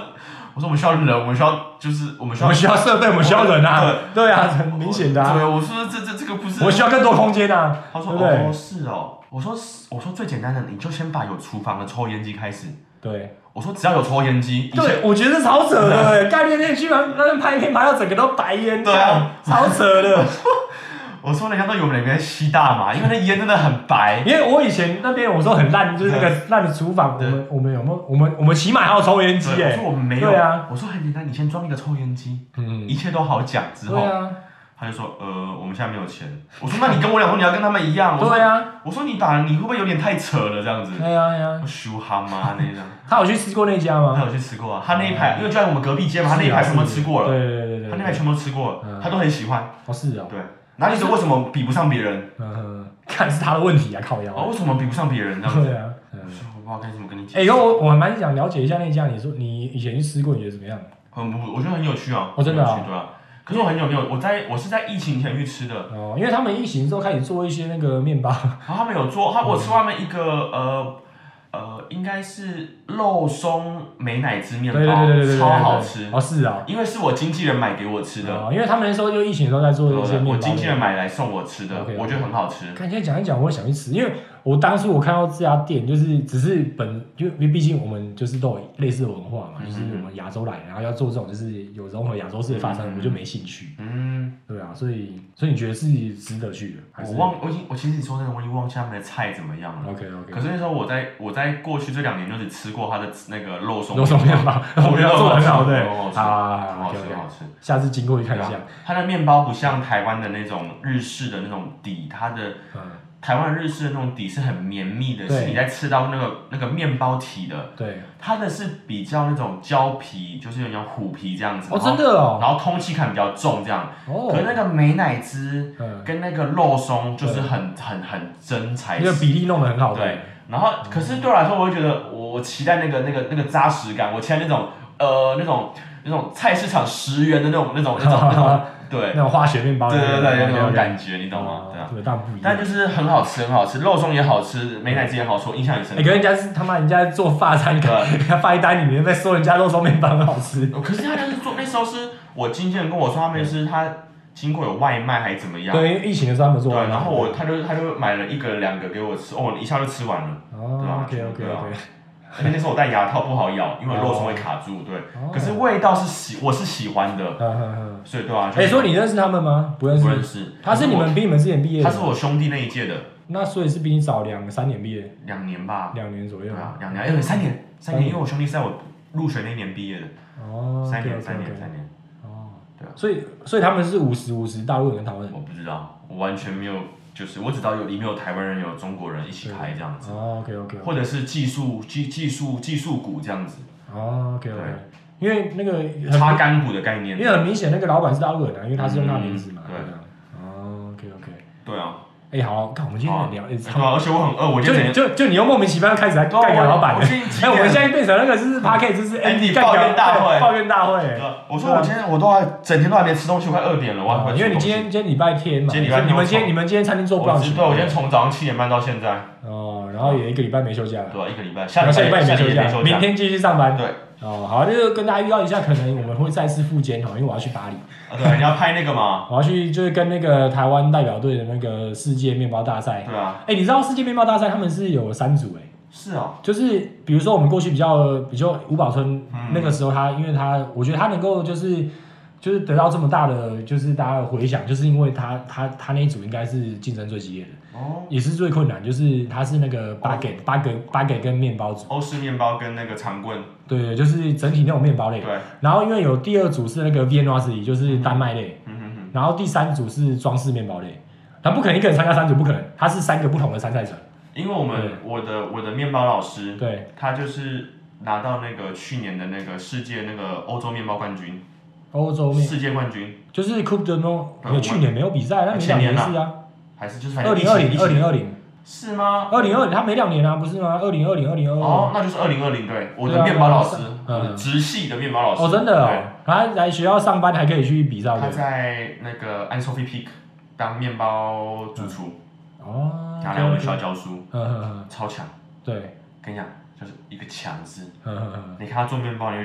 我说我们需要人，我们需要就是我们需要我们需要设备，我们需要人啊，对对啊，很明显的啊。 对，我说这这这个不是， 我们需要更多空间啊。 他说哦是哦，我说我说最简单的，你就先把有厨房的抽烟机开始。 对， 我说只要有抽烟机， 对，我觉得超扯的，概念店居然那边拍片拍到整个都白烟， 对啊， 超扯的。 我说人家都以为我们里面吸大麻，因为那烟真的很白。 因为我以前那边我说很烂，就是那个烂的厨房，我们我们有没有我们我们起码还有抽烟机哎。 我说我们没有。 对啊。 我说很简单，你先装一个抽烟机， 嗯， 一切都好讲。之后， 对啊。 他就说呃我们现在没有钱。我说那你跟我讲说你要跟他们一样。 对啊。 我说你打你会不会有点太扯了这样子？ 对啊对啊。 我羞哈妈那样。 他有去吃过那家吗？ 他有去吃过啊，他那一排因为就在我们隔壁街嘛，他那一排全部吃过了。 对对对对。 他那排全部都吃过了，他都很喜欢。 哦是哦。 对。那你说为什么比不上别人？ 嗯，看是他的问题啊，靠腰。 哦，为什么比不上别人这样子？ 对啊， 我不知道该怎么跟你讲。哎，然后我我还蛮想了解一下那家，你说你以前去吃过，你觉得怎么样？ 很，我觉得很有趣啊。 哦，真的啊。 对啊。可是我很久没有，我在我是在疫情前去吃的。 哦，因为他们疫情之后开始做一些那个面包。 然后他们有做，他我吃他们一个呃。呃，应该是肉松美乃滋面包， 对对对对对超好吃。 哦，是啊， 因为是我经纪人买给我吃的。 哦，因为他们那时候就疫情的时候在做这些面包。 我经纪人买来送我吃的，我觉得很好吃。 看现在讲一讲，我想去吃，因为我当初我看到这家店，就是只是本，就因为毕竟我们就是都有类似的文化嘛，就是我们亚洲来，然后要做这种就是有融合亚洲式的法餐，我就没兴趣。嗯，对啊，所以所以你觉得是值得去的？ 我忘，我已经我其实说真的，我已经忘记他们的菜怎么样了。 OK OK。 可是那时候我在我在过去这两年就只吃过他的那个肉松肉松面包，我觉得做很好，对， 好好吃，好吃。 下次经过去看一下。 它的面包不像台湾的那种日式的那种底，它的台湾日式的那种底是很绵密的，是你在吃到那个那个面包体的。 对。 它的是比较那种胶皮，就是有点像虎皮这样子。 哦，真的哦。 然后通气感比较重这样。哦。可是那个美乃滋跟那个肉松就是很很很真材实。 那个比例弄得很好。 对。然后，可是对我来说，我会觉得我期待那个那个那个扎实感，我期待那种呃那种那种菜市场十元的那种那种那种那种。对， 那种化学面包， 对对对，那种感觉，你懂吗？对啊， 但不一样。 但就是很好吃，很好吃，肉松也好吃，美乃滋也好吃，我印象很深。 哎，可人家是他妈人家做法餐，人家发一单里面在说人家肉松面包很好吃。 可是他就是做那时候是我经纪人跟我说，他们是他经过有外卖还是怎么样？ 对，因为疫情的时候他们做。 对，然后我他就他就买了一个两个给我吃，哦，一下就吃完了。 哦 ，OK OK OK。 而且那时候我戴牙套不好咬，因为肉松会卡住，对。可是味道是喜，我是喜欢的。所以对啊。 哎，所以你认识他们吗？不认识。 不认识。 他是你们比你们之前毕业的。 他是我兄弟那一届的。 那所以是比你早两三年毕业。 两年吧。 两年左右。 对啊，两年，哎，三年，三年，因为我兄弟是在我入学那年毕业的。哦。三年，三年，三年。哦。对啊。 所以，所以他们是五十五十大陆人跟台湾人。 我不知道，我完全没有。就是我只知道有里面有台湾人，有中国人一起开这样子。 哦 ，OK OK。 或者是技术技技术技术股这样子。 哦 ，OK OK。因为那个插干股的概念。 因为很明显那个老板是大陆人啊，因为他是用他名字嘛。 对。 哦 ,OK OK。 对啊。 哎，好，看我们今天聊， 对啊，而且我很饿，我今天就就你又莫名其妙开始来干掉老板了。哎，我们现在变成那个是 Podcast， 就是 Andy 抱怨大会， 抱怨大会。 我说我今天我都还整天都还没吃东西，快二点了，我还因为你今天今天礼拜天嘛， 今天礼拜你们今天你们今天餐厅做 brunch， 对，我今天从早上七点半到现在。 哦，然后也一个礼拜没休假了。 对，一个礼拜，下下礼拜也没休假， 明天继续上班。 对。 哦，好，就跟大家预告一下，可能我们会再次复健哈，因为我要去巴黎。 啊，对，你要拍那个吗？ 我要去，就是跟那个台湾代表队的那个世界面包大赛。 对啊。 哎，你知道世界面包大赛他们是有三组哎。 是啊。 就是比如说我们过去比较比较吴宝春那个时候他，因为他我觉得他能够就是就是得到这么大的就是大家的回响，就是因为他他他那一组应该是竞争最激烈的。哦，也是最困难，就是它是那个巴给巴给巴给跟面包组， 欧式面包跟那个长棍， 对，就是整体那种面包类。 对。 然后因为有第二组是那个 Viennoiserie，就是丹麦类。嗯哼哼。然后第三组是装饰面包类，他不可能一个人参加三组，不可能，他是三个不同的参赛者。 因为我们我的我的面包老师， 对， 他就是拿到那个去年的那个世界那个欧洲面包冠军， 欧洲面世界冠军， 就是 Coupe du Monde，去年没有比赛，那没两年是啊。 还是就是二零二零二零二零是吗？ 二零二零他没两年啊，不是吗？二零二零二零二二哦，那就是二零二零对，我的面包老师，嗯，直系的面包老师。 哦，真的哦，他来学校上班还可以去比赛。 他在那个 Anne Sophie Pic 当面包主厨，哦，他来我们学校教书，超强。 对， 跟你讲，就是一个强字。你看他做面包，你会觉得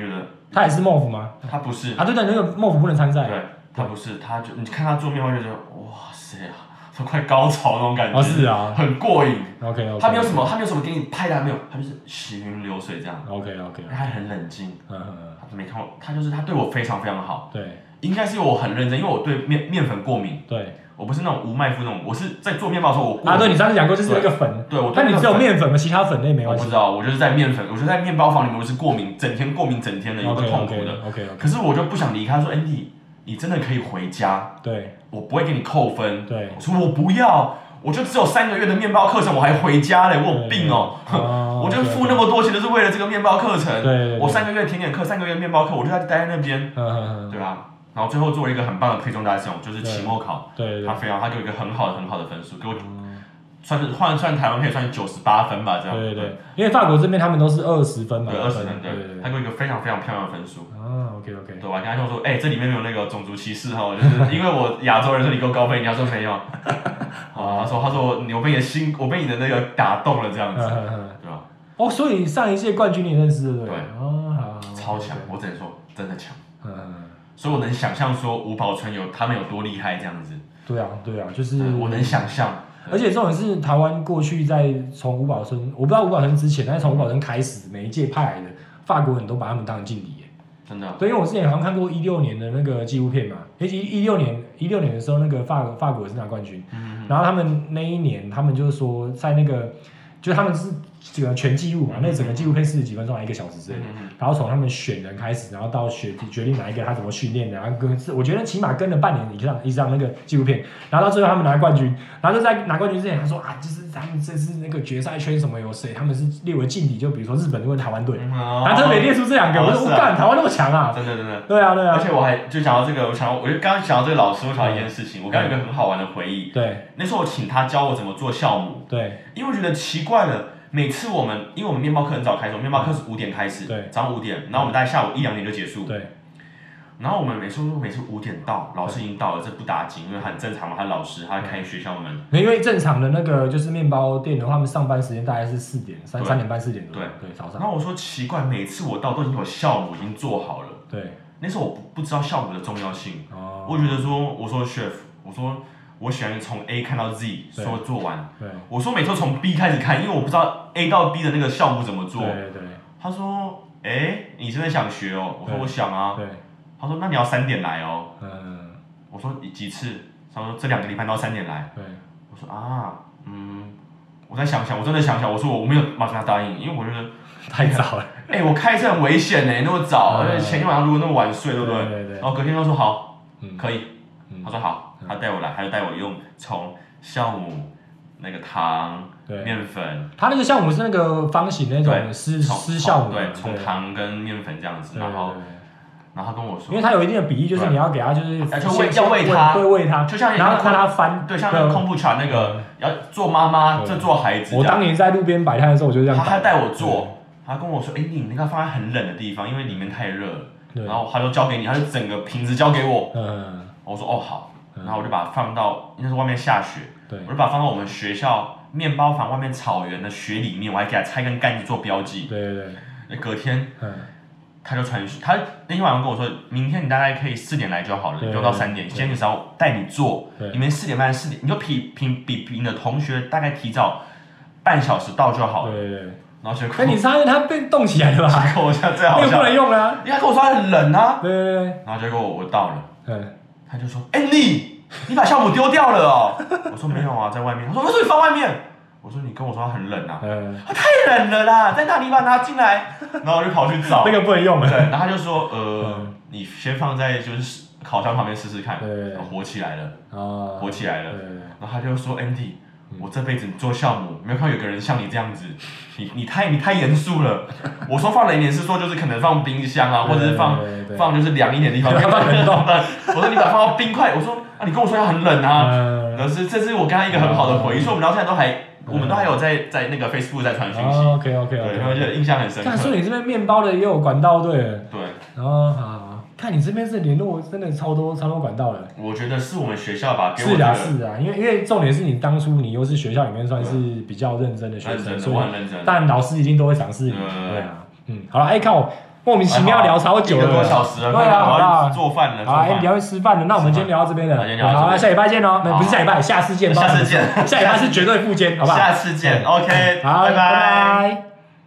他也是 M O F 吗？ 他不是啊，对对，那个 M O F 不能参赛。 对，他不是，他就你看他做面包就觉得哇塞啊，都快高潮那种感觉。 哦，是啊， 很过瘾。 OK OK。 他没有什么，他没有什么给你拍的，没有，他就是行云流水这样。 OK OK。 他很冷静。 嗯嗯。 他没看过，他就是他对我非常非常好。 对。 应该是因为我很认真，因为我对面面粉过敏。 对。 我不是那种无麦麸那种，我是在做面包的时候我过敏。 啊，对你上次讲过，就是那个粉。 对，我。 但你只有面粉吗？其他粉类没关系。 我不知道，我就是在面粉，我就在面包房里面，我是过敏，整天过敏整天的，有个痛苦的。 OK OK。 可是我就不想离开，说 Andy， 你真的可以回家。 对。 我不会给你扣分。 对。 我说我不要，我就只有三个月的面包课程，我还回家嘞，我有病哦。我就付那么多钱，就是为了这个面包课程。 对。 我三个月甜点课，三个月面包课，我就在待在那边。对吧？然后最后做了一个很棒的推中大项，就是期末考。 对。 他非常，他给我一个很好的很好的分数，给我。算是换算台湾可以算九十八分吧，这样。 对对对，因为法国这边他们都是二十分嘛。 对，二十分，对对对。他给我一个非常非常漂亮的分数。 啊 ，OK OK。 对，我还跟他说，哎、欸，这里面没有那个种族歧视哈，就是因为我亚洲人说你给我高分，你要说没有。啊，他说他说我被你的心，我被你的那个打动了这样子，对吧？ 哦，所以上一届冠军你认识对不对？ 对。 哦， 超强，我只能说真的强。 嗯。 所以我能想象说吴宝春有他们有多厉害这样子。 对啊对啊，就是我能想象。 而且重点是台湾过去在从吴宝春，我不知道吴宝春之前，但是从吴宝春开始，每一届派来的法国人都把他们当成劲敌耶。 真的。 对，因为我之前好像看过一六年的那个纪录片嘛，一一六年一六年的时候，那个法法国也是拿冠军，嗯、然后他们那一年，他们就是说在那个，就是他们是这个全纪录嘛，那整个纪录片四十几分钟，还一个小时之类的，嗯、然后从他们选人开始，然后到选决定哪一个他怎么训练的，然后跟我觉得起码跟了半年以上以上那个纪录片，然后到最后他们拿冠军，然后就在拿冠军之前，他说啊，就是他们这次那个决赛圈什么有谁，他们是列为劲敌，就比如说日本跟台湾队，嗯哦、然后特别列出这两个，我说我干、啊，台湾那么强啊， 真的真的， 对啊对啊， 而且我还就讲到这个，我想到我就刚刚讲到这个老师，我想到一件事情，我刚刚有一个很好玩的回忆， 对， 那时候我请他教我怎么做酵母， 对， 因为我觉得奇怪了。每次我们，因为我们面包课很早开始，面包课是五点开始， 对， 早上五点，然后我们大概下午一两点就结束， 对。 然后我们每次每次五点到，老师已经到了，这不打紧，因为很正常嘛，他老师他开学校门。 因为正常的那个就是面包店的话，他们上班时间大概是四点三三点半四点多，对对早上。 然后我说奇怪，每次我到都已经有酵母已经做好了， 对。 那时候我不不知道酵母的重要性，哦、我觉得说我说 chef， 我说。我喜欢从 A 看到 Z， 说做完。对。我说每次从 B 开始看，因为我不知道 A 到 B 的那个酵母怎么做。 对对。 他说：“哎、欸，你真的想学哦？”我说：“我想啊。” 对。 他说：“那你要三点来哦。” 嗯。 我说：“几次？”他说：“这两个礼拜都要三点来。” 对。 我说：“啊，嗯，我再想想，我真的想想。”我说：“我没有马上答应，因为我觉得太早了。 哎、欸，我开车很危险呢，那么早，而且前天晚上如果那么晚睡，对不对？ 对对。 然后隔天他说好，嗯，可以。 嗯、 他说好。他带我来，他就带我用从酵母、那个糖、面粉。 他那个酵母是那个方形那种湿湿酵母， 对，从糖跟面粉这样子，然后，然后他跟我说， 因为它有一定的比例，就是你要给他，就是就喂要喂他， 对喂他， 就像然后看他翻， 对，像那个空布茶那个要做妈妈，这做孩子。 我当年在路边摆摊的时候，我就这样。 他带我做，他跟我说，哎，你那个放在很冷的地方，因为里面太热了。然后他就交给你，他就整个瓶子交给我。嗯。我说哦好。然后我就把它放到，那时候外面下雪，我就把它放到我们学校面包房外面草原的雪里面，我还给它拆根杆子做标记。 对对对。隔天，嗯，他就传讯，他那天晚上跟我说，明天你大概可以四点来就好了，不用到三点。今天只要带你做，你们四点半四点，你就比比比比你的同学大概提早半小时到就好了。 对对。 然后结果， 哎，你差点它被冻起来了吧？ 结果我现在最好笑， 那个不能用了， 因为他跟我说它很冷啊。 对对对。 然后结果我到了，嗯，他就说，哎你。你把酵母丢掉了哦！我说没有啊，在外面。他说为什么你放外面？我说你跟我说它很冷啊。嗯。它太冷了啦，在那里把它拿进来。然后我就跑去找。 那个不能用了。 对，然后他就说呃，嗯、你先放在就是烤箱旁边试试看。对。然后火起来了。哦。火起来了。对。然后他就说 Andy， 我这辈子做酵母没有看到有个人像你这样子，你你太你太严肃了。我说放冷一点是说就是可能放冰箱啊，或者是放放就是凉一点的地方，不要放冷冻。我说你把它放到冰块，我说。啊，你跟我说要很冷啊，可、嗯、是这是我跟他一个很好的回忆，所以我们到现在都还，嗯、我们都还有在在那个 Facebook 在传讯息。 哦、OK OK OK， 对，然后就印象很深刻。 看，所以你这边面包的也有管道对了。 对。 然后好好，看你这边是联络真的超多超多管道的。 我觉得是我们学校吧，给我、 这个、是啊是啊，因为因为重点是你当初你又是学校里面算是比较认真的学生，所以我很认真， 但老师一定都会赏识你，对啊，嗯，好了，哎看我。 莫名其妙聊超久了， 一个多小时了， 对啊，好啦， 做饭了， 好，哎，聊吃饭了，那我们今天聊到这边了，好，下礼拜见哦，不是下礼拜，下次见， 下次见， 下礼拜是绝对副监，好不好？ 下次见 ，OK， 好，拜拜。